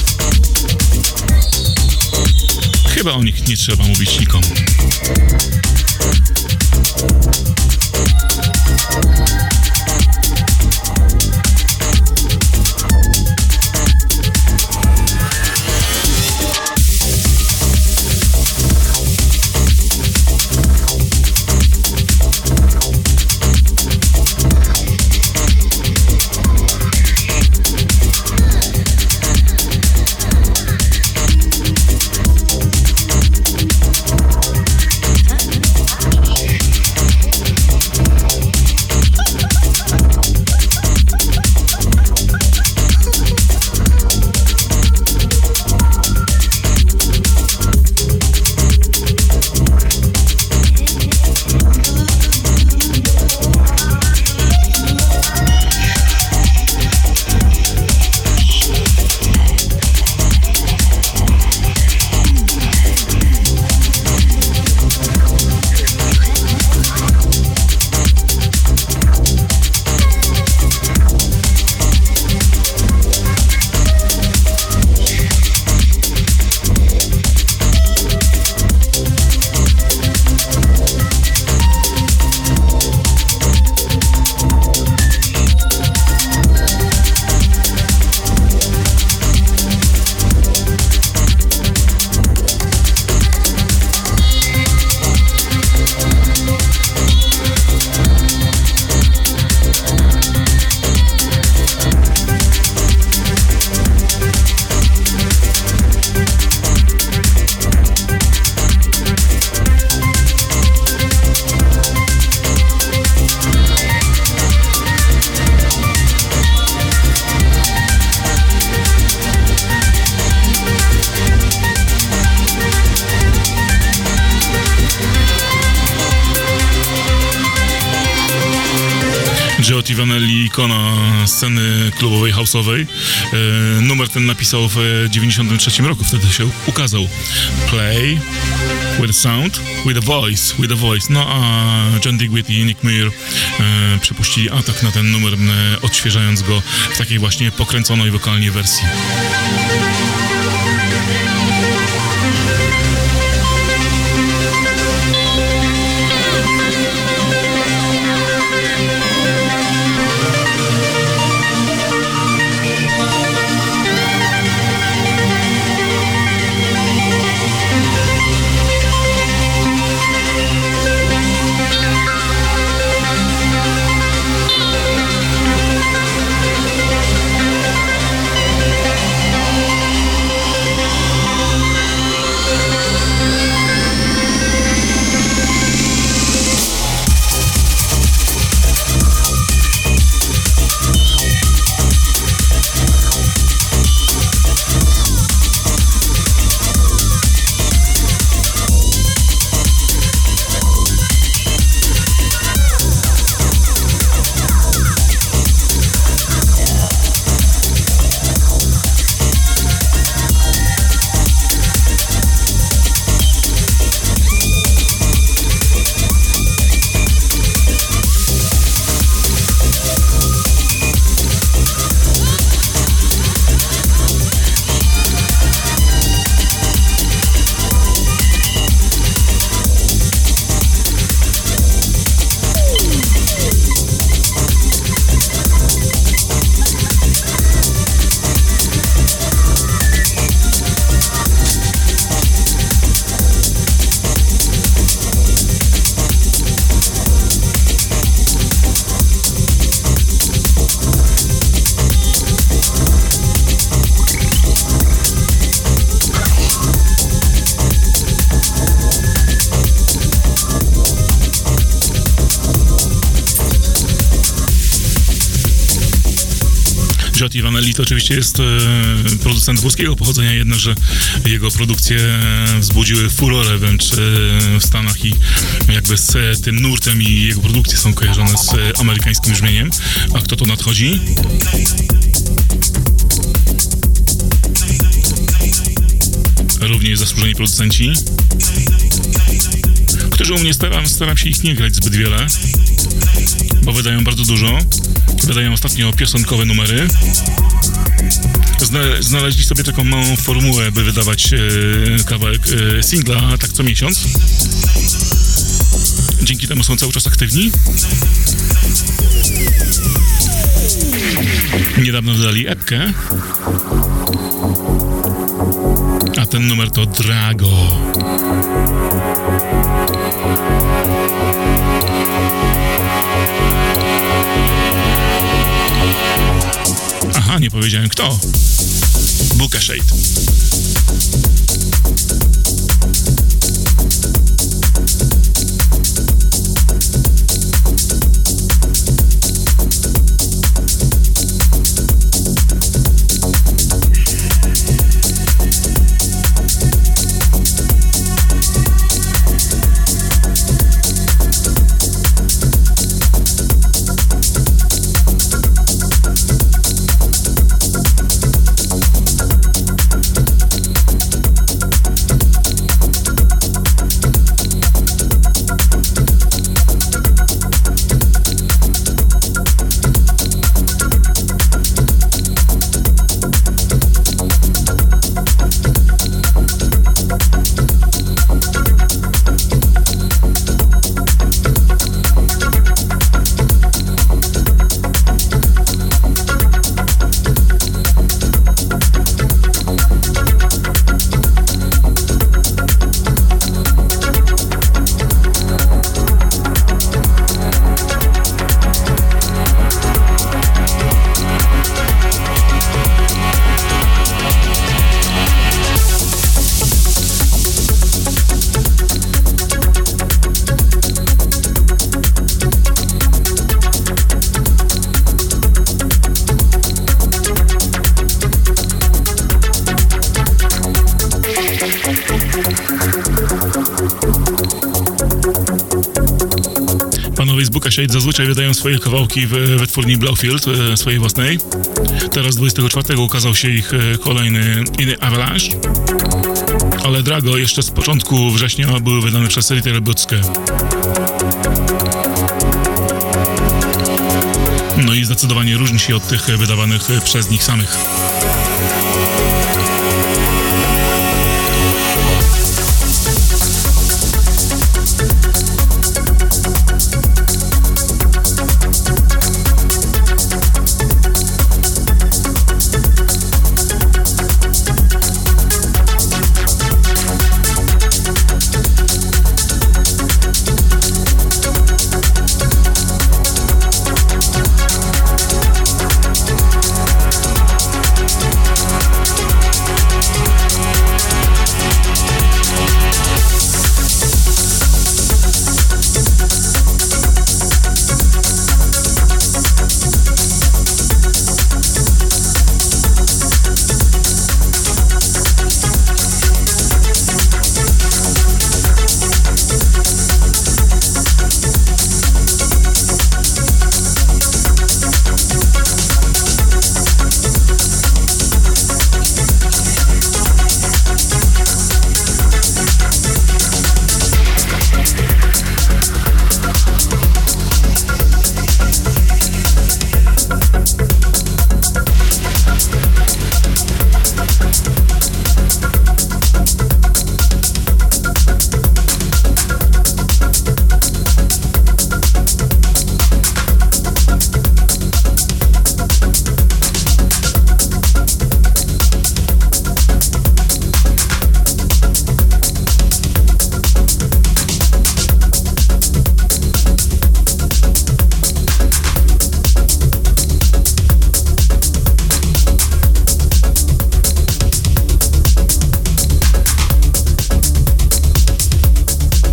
S5: Chyba o nich nie trzeba mówić nikomu. Joe T. Vanelli, ikona sceny klubowej, house'owej. Numer ten napisał w 1993 roku, wtedy się ukazał. Play with a sound, with a voice. No a John Digweed i Nick Muir przepuścili atak na ten numer, odświeżając go w takiej właśnie pokręconej wokalnie wersji. Joti Vanelli to oczywiście jest producent włoskiego pochodzenia, jednakże jego produkcje wzbudziły furorę wręcz w Stanach i jakby z tym nurtem i jego produkcje są kojarzone z amerykańskim brzmieniem. A kto to nadchodzi? Również zasłużeni producenci, którzy u mnie staram się ich nie grać zbyt wiele, bo wydają bardzo dużo. Wydają ostatnio piosenkowe numery. Znaleźli sobie taką małą formułę, by wydawać kawałek singla tak co miesiąc. Dzięki temu są cały czas aktywni. Niedawno dodali epkę, a ten numer to Drago. Aha, nie powiedziałem kto. Buka Shade. Shade zazwyczaj wydają swoje kawałki w wytwórni Blowfield, swojej własnej. Teraz 24 ukazał się ich kolejny Avalanche, ale Drago jeszcze z początku września były wydane przez Ritter Butzke. No i zdecydowanie różni się od tych wydawanych przez nich samych.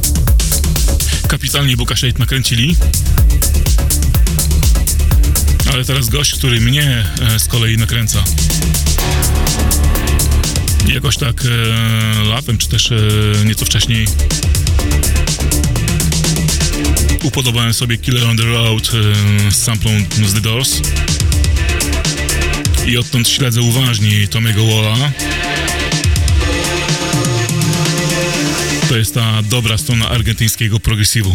S5: Buka Shade nakręcili, Ale teraz gość, który mnie z kolei nakręca. Jakoś tak latem, czy też nieco wcześniej upodobałem sobie Killer on the Road z samplą z The Doors i odtąd śledzę uważniej Tommy'ego Walla. To jest ta dobra strona argentyńskiego progressivu.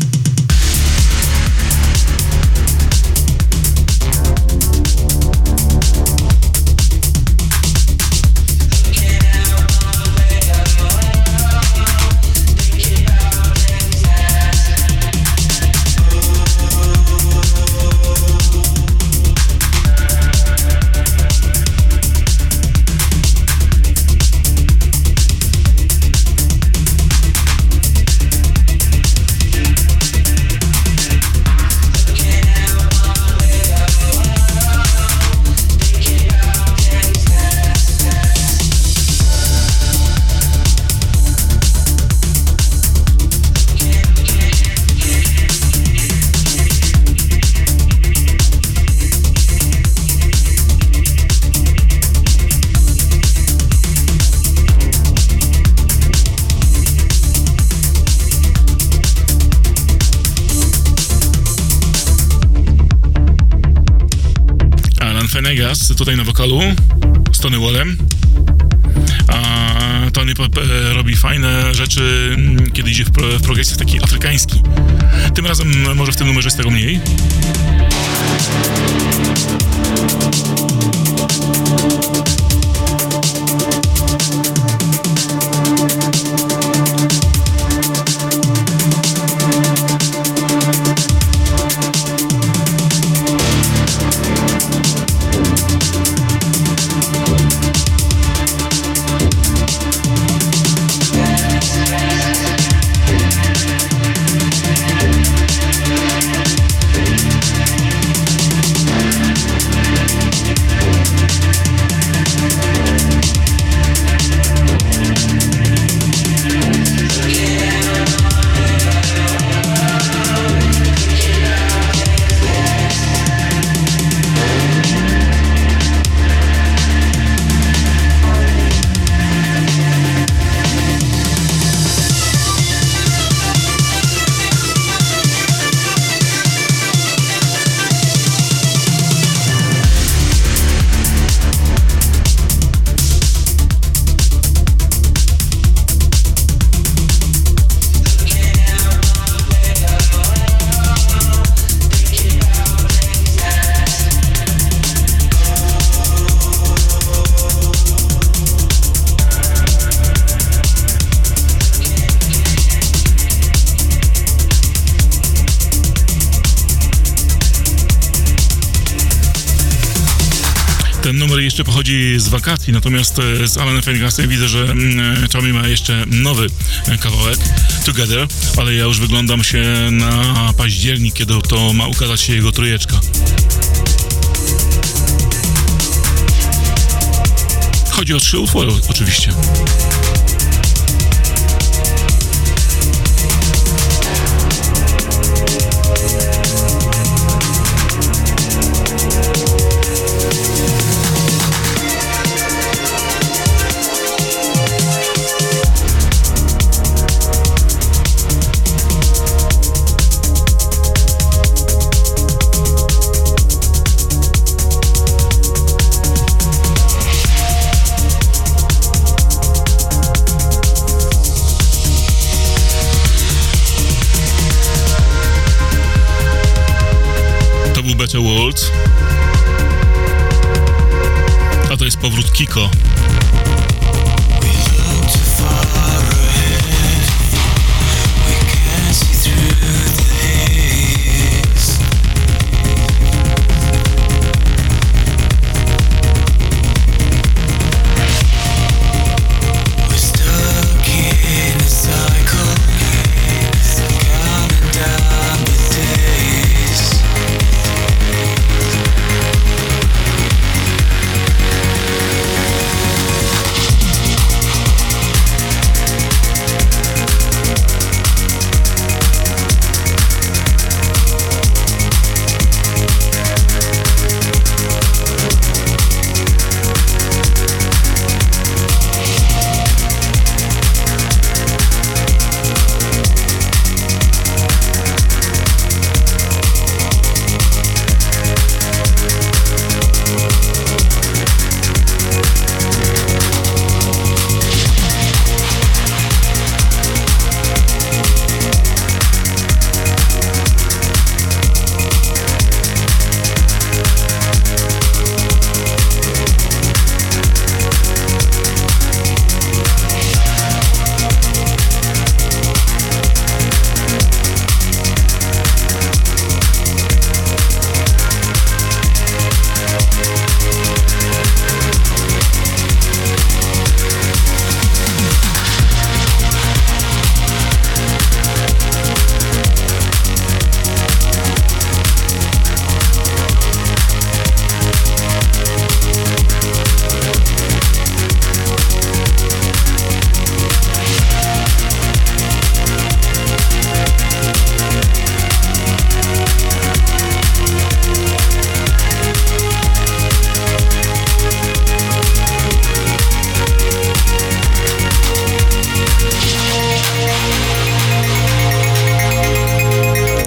S5: Venegas tutaj na wokalu z Tony Wallem, a Tony robi fajne rzeczy, kiedy idzie w progresję taki afrykański. Tym razem może w tym numerze jest tego mniej. Ten numer jeszcze pochodzi z wakacji, natomiast z Alanem Venegasem widzę, że Tommy ma jeszcze nowy kawałek, Together, ale ja już wyglądam się na październik, kiedy to ma ukazać się jego trójeczka. Chodzi o 3 utwory oczywiście. Better World, a to jest powrót Kiko.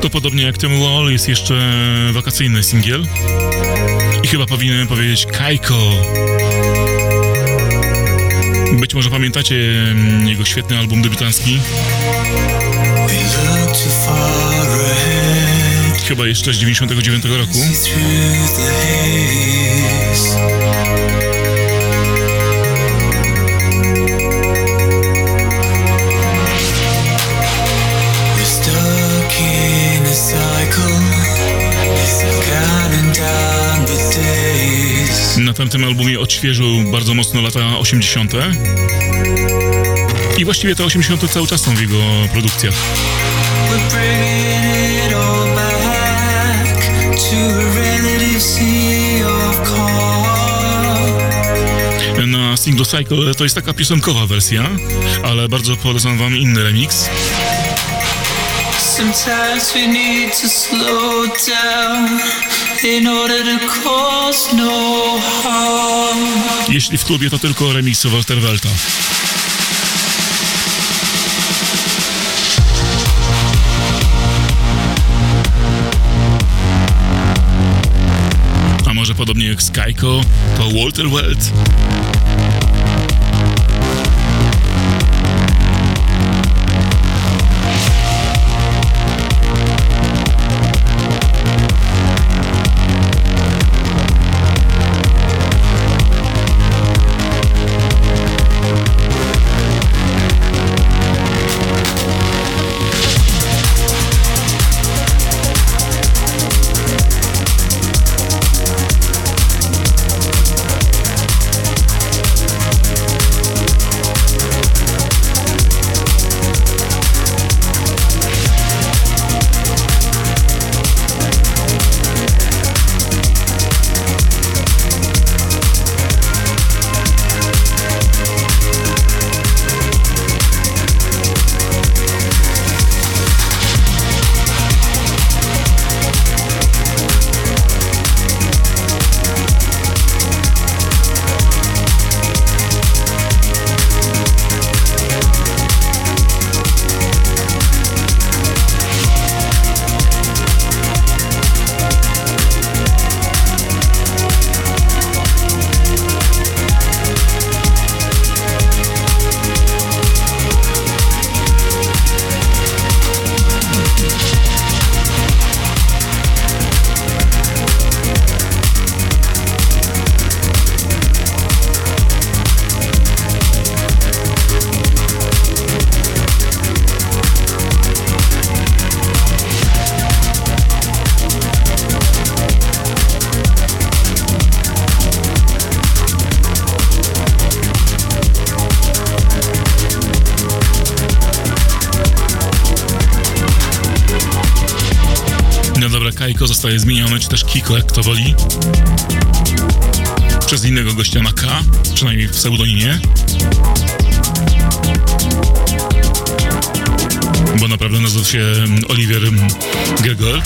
S5: To podobnie jak Tim Wall jest jeszcze wakacyjny singiel. I chyba powinienem powiedzieć Kaiko. Być może pamiętacie jego świetny album debiutancki. Chyba jeszcze z 99 roku. Na tamtym albumie odświeżył bardzo mocno lata 80. I właściwie te 80 cały czas są w jego produkcjach. Na Single Cycle to jest taka piosenkowa wersja, ale bardzo polecam wam inny remix.
S1: Sometimes we need to slow down in order to cause no harm.
S5: Jeśli w klubie, to tylko remix Walter Welta. A może podobnie jak Skyko, to Walter Welt. Kaiko zostaje zmieniony, czy też Kiko, jak kto woli, przez innego gościa na K, przynajmniej w pseudonimie. Bo naprawdę nazywa się Oliver Gregor.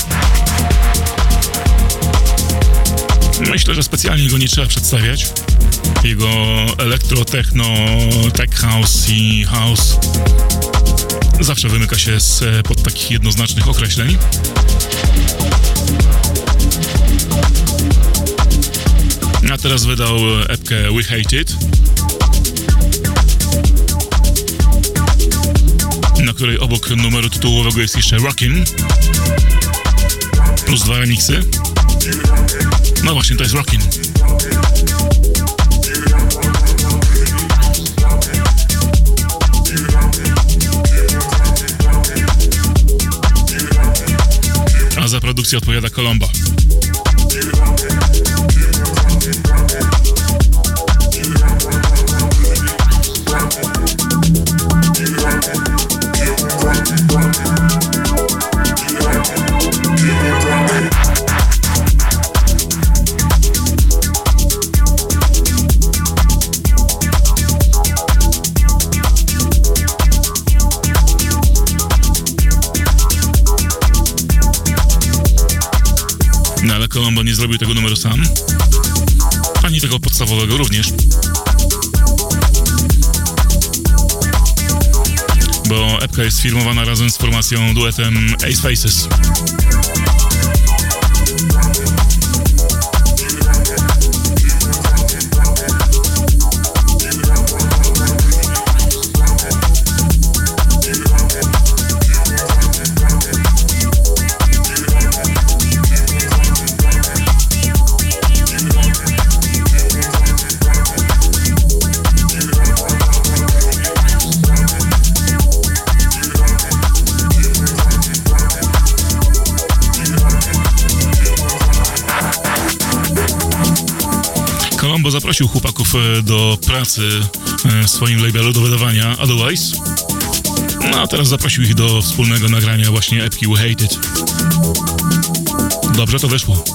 S5: Myślę, że specjalnie go nie trzeba przedstawiać. Jego elektro, techno, tech house i house zawsze wymyka się spod takich jednoznacznych określeń. A teraz wydał epkę We Hate It, na której obok numeru tytułowego jest jeszcze Rockin' plus 2 remixy. No właśnie, to jest Rockin'. A za produkcję odpowiada Colomba. No ale Colombo nie zrobił tego numeru sam, ani tego podstawowego również. bo epka jest firmowana razem z formacją duetem Ace Faces. Colombo zaprosił chłopaków do pracy w swoim labelu, do wydawania Otherwise. No a teraz zaprosił ich do wspólnego nagrania właśnie epki We Hate It. Dobrze to wyszło.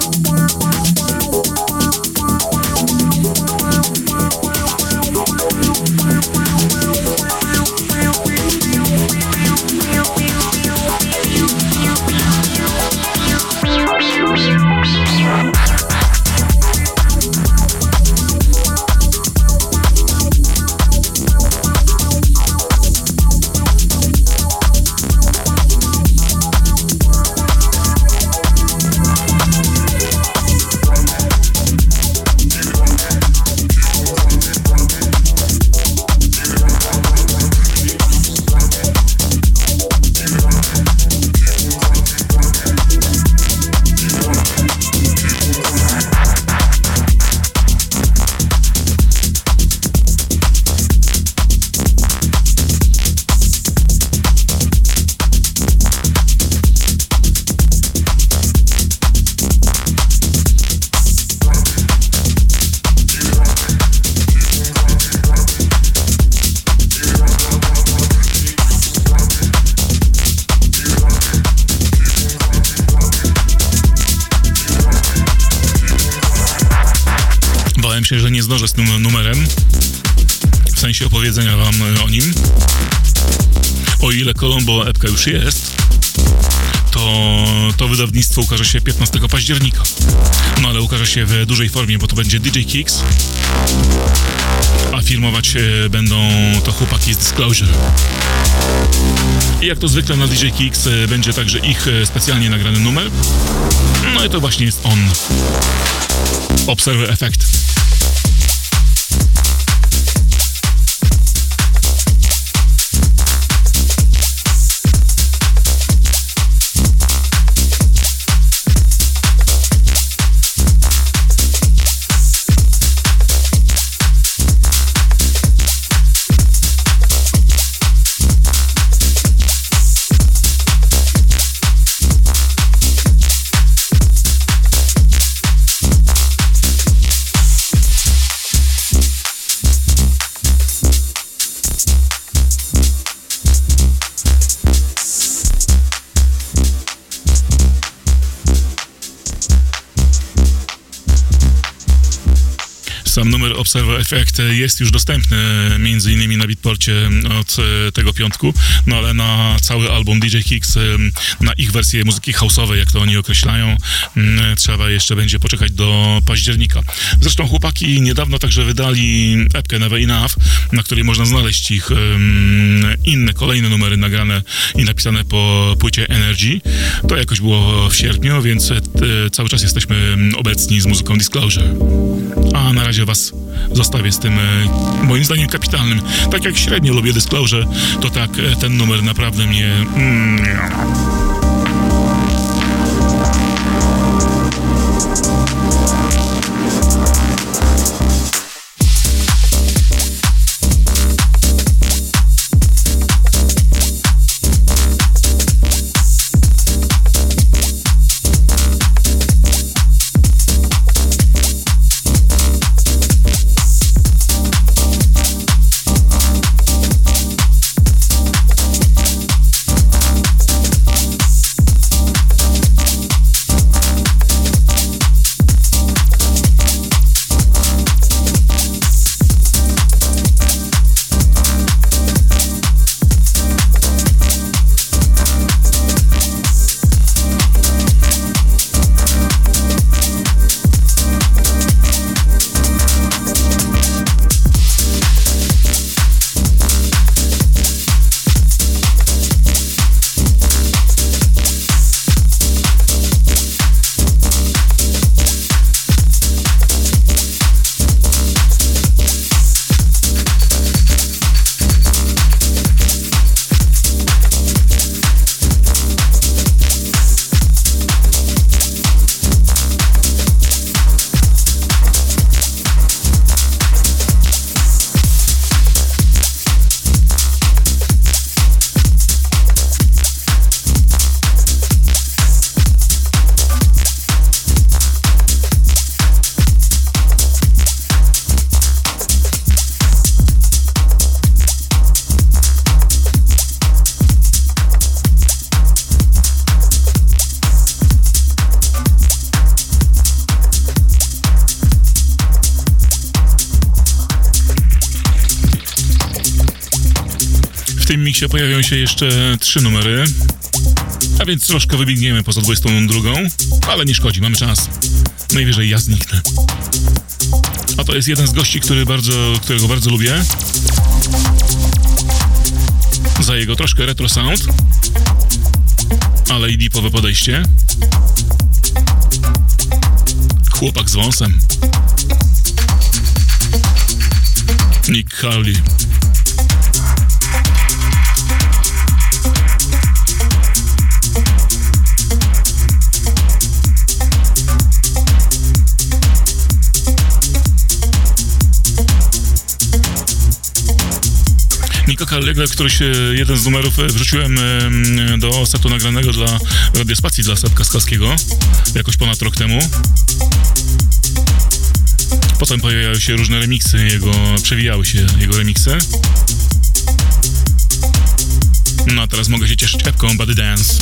S5: Że nie zdążę z tym numerem, w sensie opowiedzenia wam o nim. O ile Colombo epka już jest, to wydawnictwo ukaże się 15 października. No ale ukaże się w dużej formie, bo to będzie DJ Kicks, a filmować będą to chłopaki z Disclosure. I jak to zwykle na DJ Kicks będzie także ich specjalnie nagrany numer. No i to właśnie jest on. Observer Effect. Sam numer Observer Effect jest już dostępny między innymi na Beatporcie od tego piątku, no ale na cały album DJ Kicks, na ich wersję muzyki house'owej, jak to oni określają, trzeba jeszcze będzie poczekać do października. Zresztą chłopaki niedawno także wydali epkę Never Enough, na której można znaleźć ich inne, kolejne numery nagrane i napisane po płycie Energy. To jakoś było w sierpniu, więc cały czas jesteśmy obecni z muzyką Disclosure. A na razie was zostawię z tym, moim zdaniem, kapitalnym. Tak jak średnio lubię Disclosure, to tak ten numer naprawdę mnie... tym miksie pojawią się jeszcze 3 numery, a więc troszkę wybiegniemy poza 22, ale nie szkodzi, mamy czas. Najwyżej ja zniknę. A to jest jeden z gości, którego bardzo lubię. Za jego troszkę retro sound, ale i deepowe podejście. Chłopak z wąsem. Nick Carly. Nicka Carly'ego, jeden z numerów wrzuciłem do setu nagranego dla Radiospacji dla Sepka Skalskiego jakoś ponad rok temu. Potem pojawiały się różne remiksy przewijały się jego remiksy. No a teraz mogę się cieszyć epką Body Dance.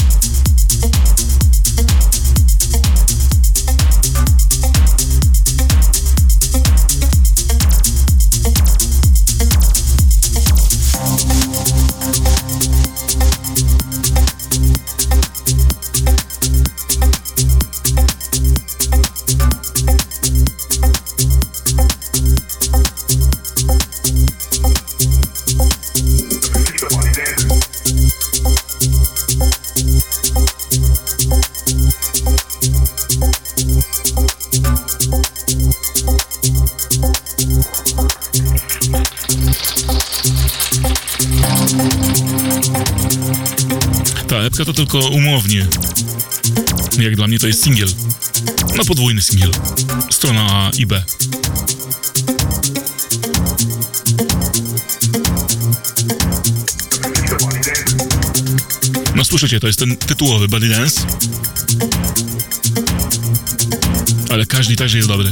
S5: To tylko umownie. Jak dla mnie to jest singiel. No podwójny singiel. Strona A i B. No słyszycie, to jest ten tytułowy Body Dance. Ale każdy także jest dobry.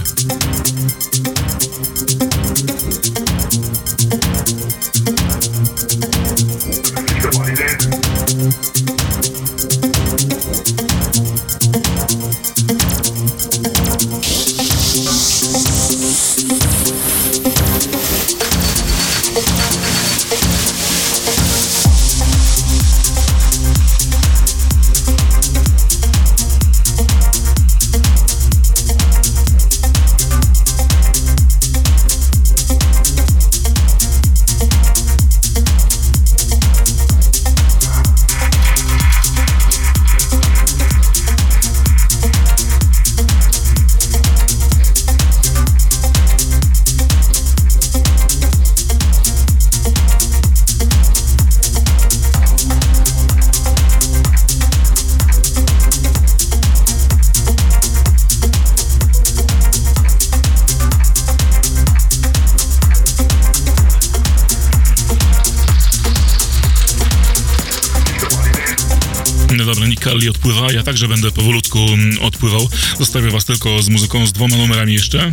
S5: Carly odpływa, ja także będę powolutku odpływał. Zostawię was tylko z muzyką z 2 numerami jeszcze.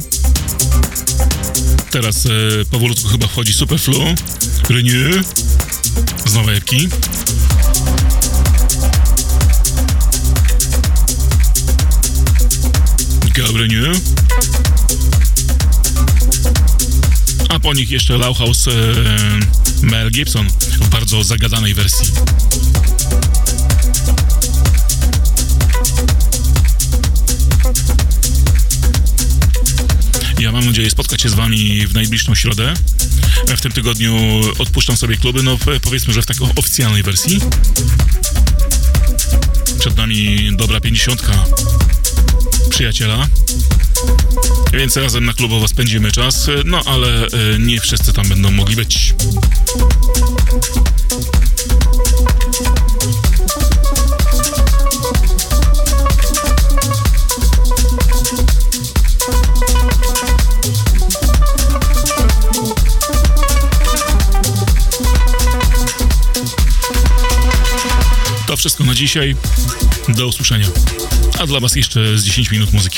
S5: Teraz powolutku chyba wchodzi Superflu, Renew z nowej epki. Renew. A po nich jeszcze Lauhaus Mel Gibson w bardzo zagadanej wersji. Ja mam nadzieję spotkać się z wami w najbliższą środę. W tym tygodniu odpuszczam sobie kluby, no powiedzmy, że w takiej oficjalnej wersji. Przed nami dobra 50 przyjaciela. Więc razem na klubowo spędzimy czas, no ale nie wszyscy tam będą mogli być. To wszystko na dzisiaj. Do usłyszenia. A dla was jeszcze z 10 minut muzyki.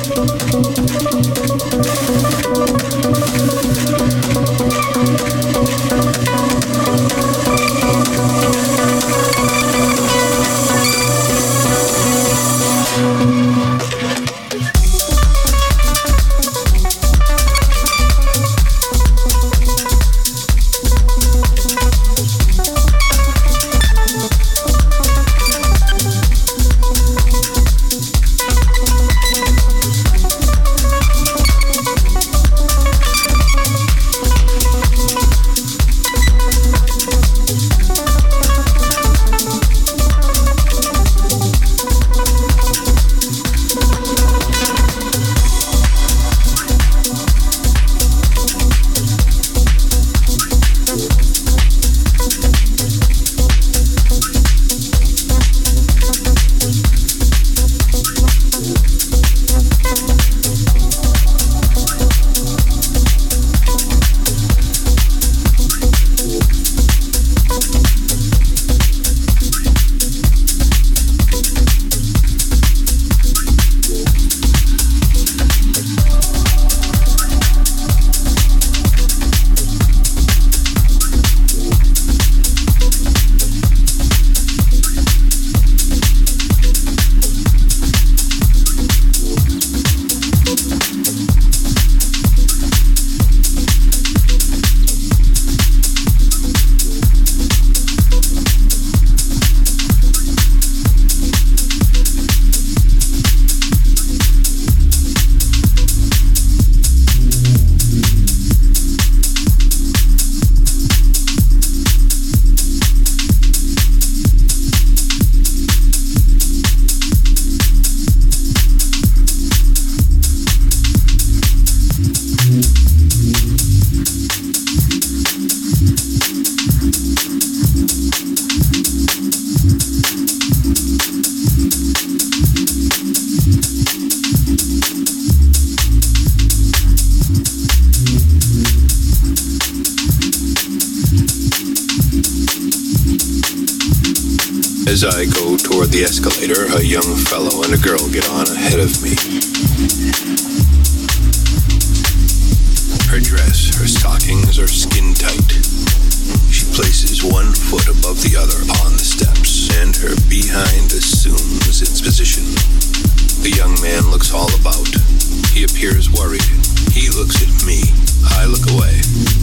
S7: As I go toward the escalator, a young fellow and a girl get on ahead of me. Her dress, her stockings are skin tight. She places one foot above the other upon the steps, and her behind assumes its position. The young man looks all about. He appears worried. He looks at me. I look away.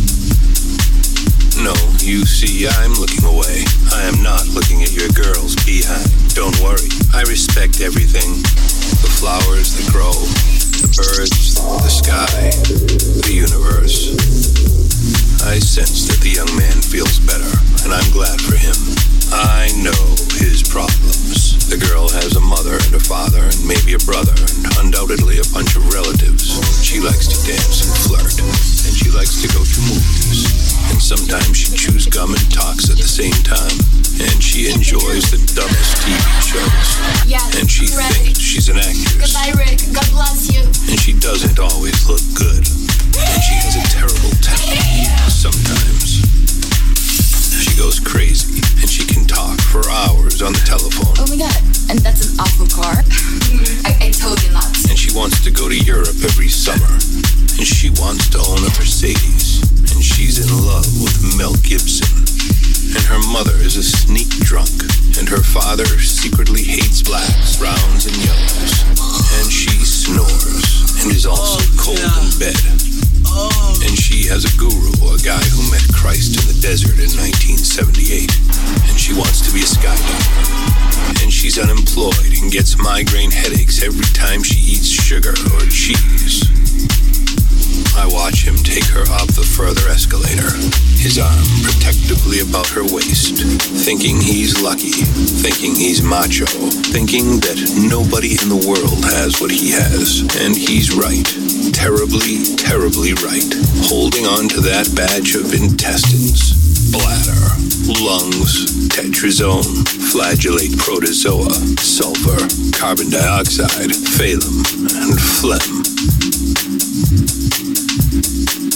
S7: No, you see, I'm looking away. I am not looking at your girl's behind. Don't worry. I respect everything. The flowers that grow, the birds, the sky, the universe. I sense that the young man feels better, and I'm glad for him. I know his problems. The girl has a mother and a father and maybe a brother and undoubtedly a bunch of relatives. She likes to dance and flirt, and she likes to go to movies. And sometimes she chews gum and talks at the same time. And she enjoys the dumbest TV shows.
S8: Yes,
S7: and she thinks she's an actress.
S8: Goodbye, Rick. God bless you.
S7: And she doesn't always look good. And she has a terrible temper sometimes. She goes crazy, and she can talk for hours on the telephone.
S8: Oh my God, and that's an awful car. I told you not to.
S7: And she wants to go to Europe every summer. And she wants to own a Mercedes. And she's in love with Mel Gibson. And her mother is a sneak drunk. And her father secretly hates blacks, browns, and yellows. And she snores and is also cold in bed. And she has a guru, a guy who met Christ in the desert in 1978. And she wants to be a skydiver. And she's unemployed and gets migraine headaches every time she eats sugar or cheese. I watch him take her up the further escalator, his arm protectively about her waist, thinking he's lucky, thinking he's macho, thinking that nobody in the world has what he has. And he's right. Terribly, terribly right. Holding on to that batch of intestines, bladder, lungs, tetrazone, flagellate protozoa, sulfur, carbon dioxide, phlegm, and phlegm.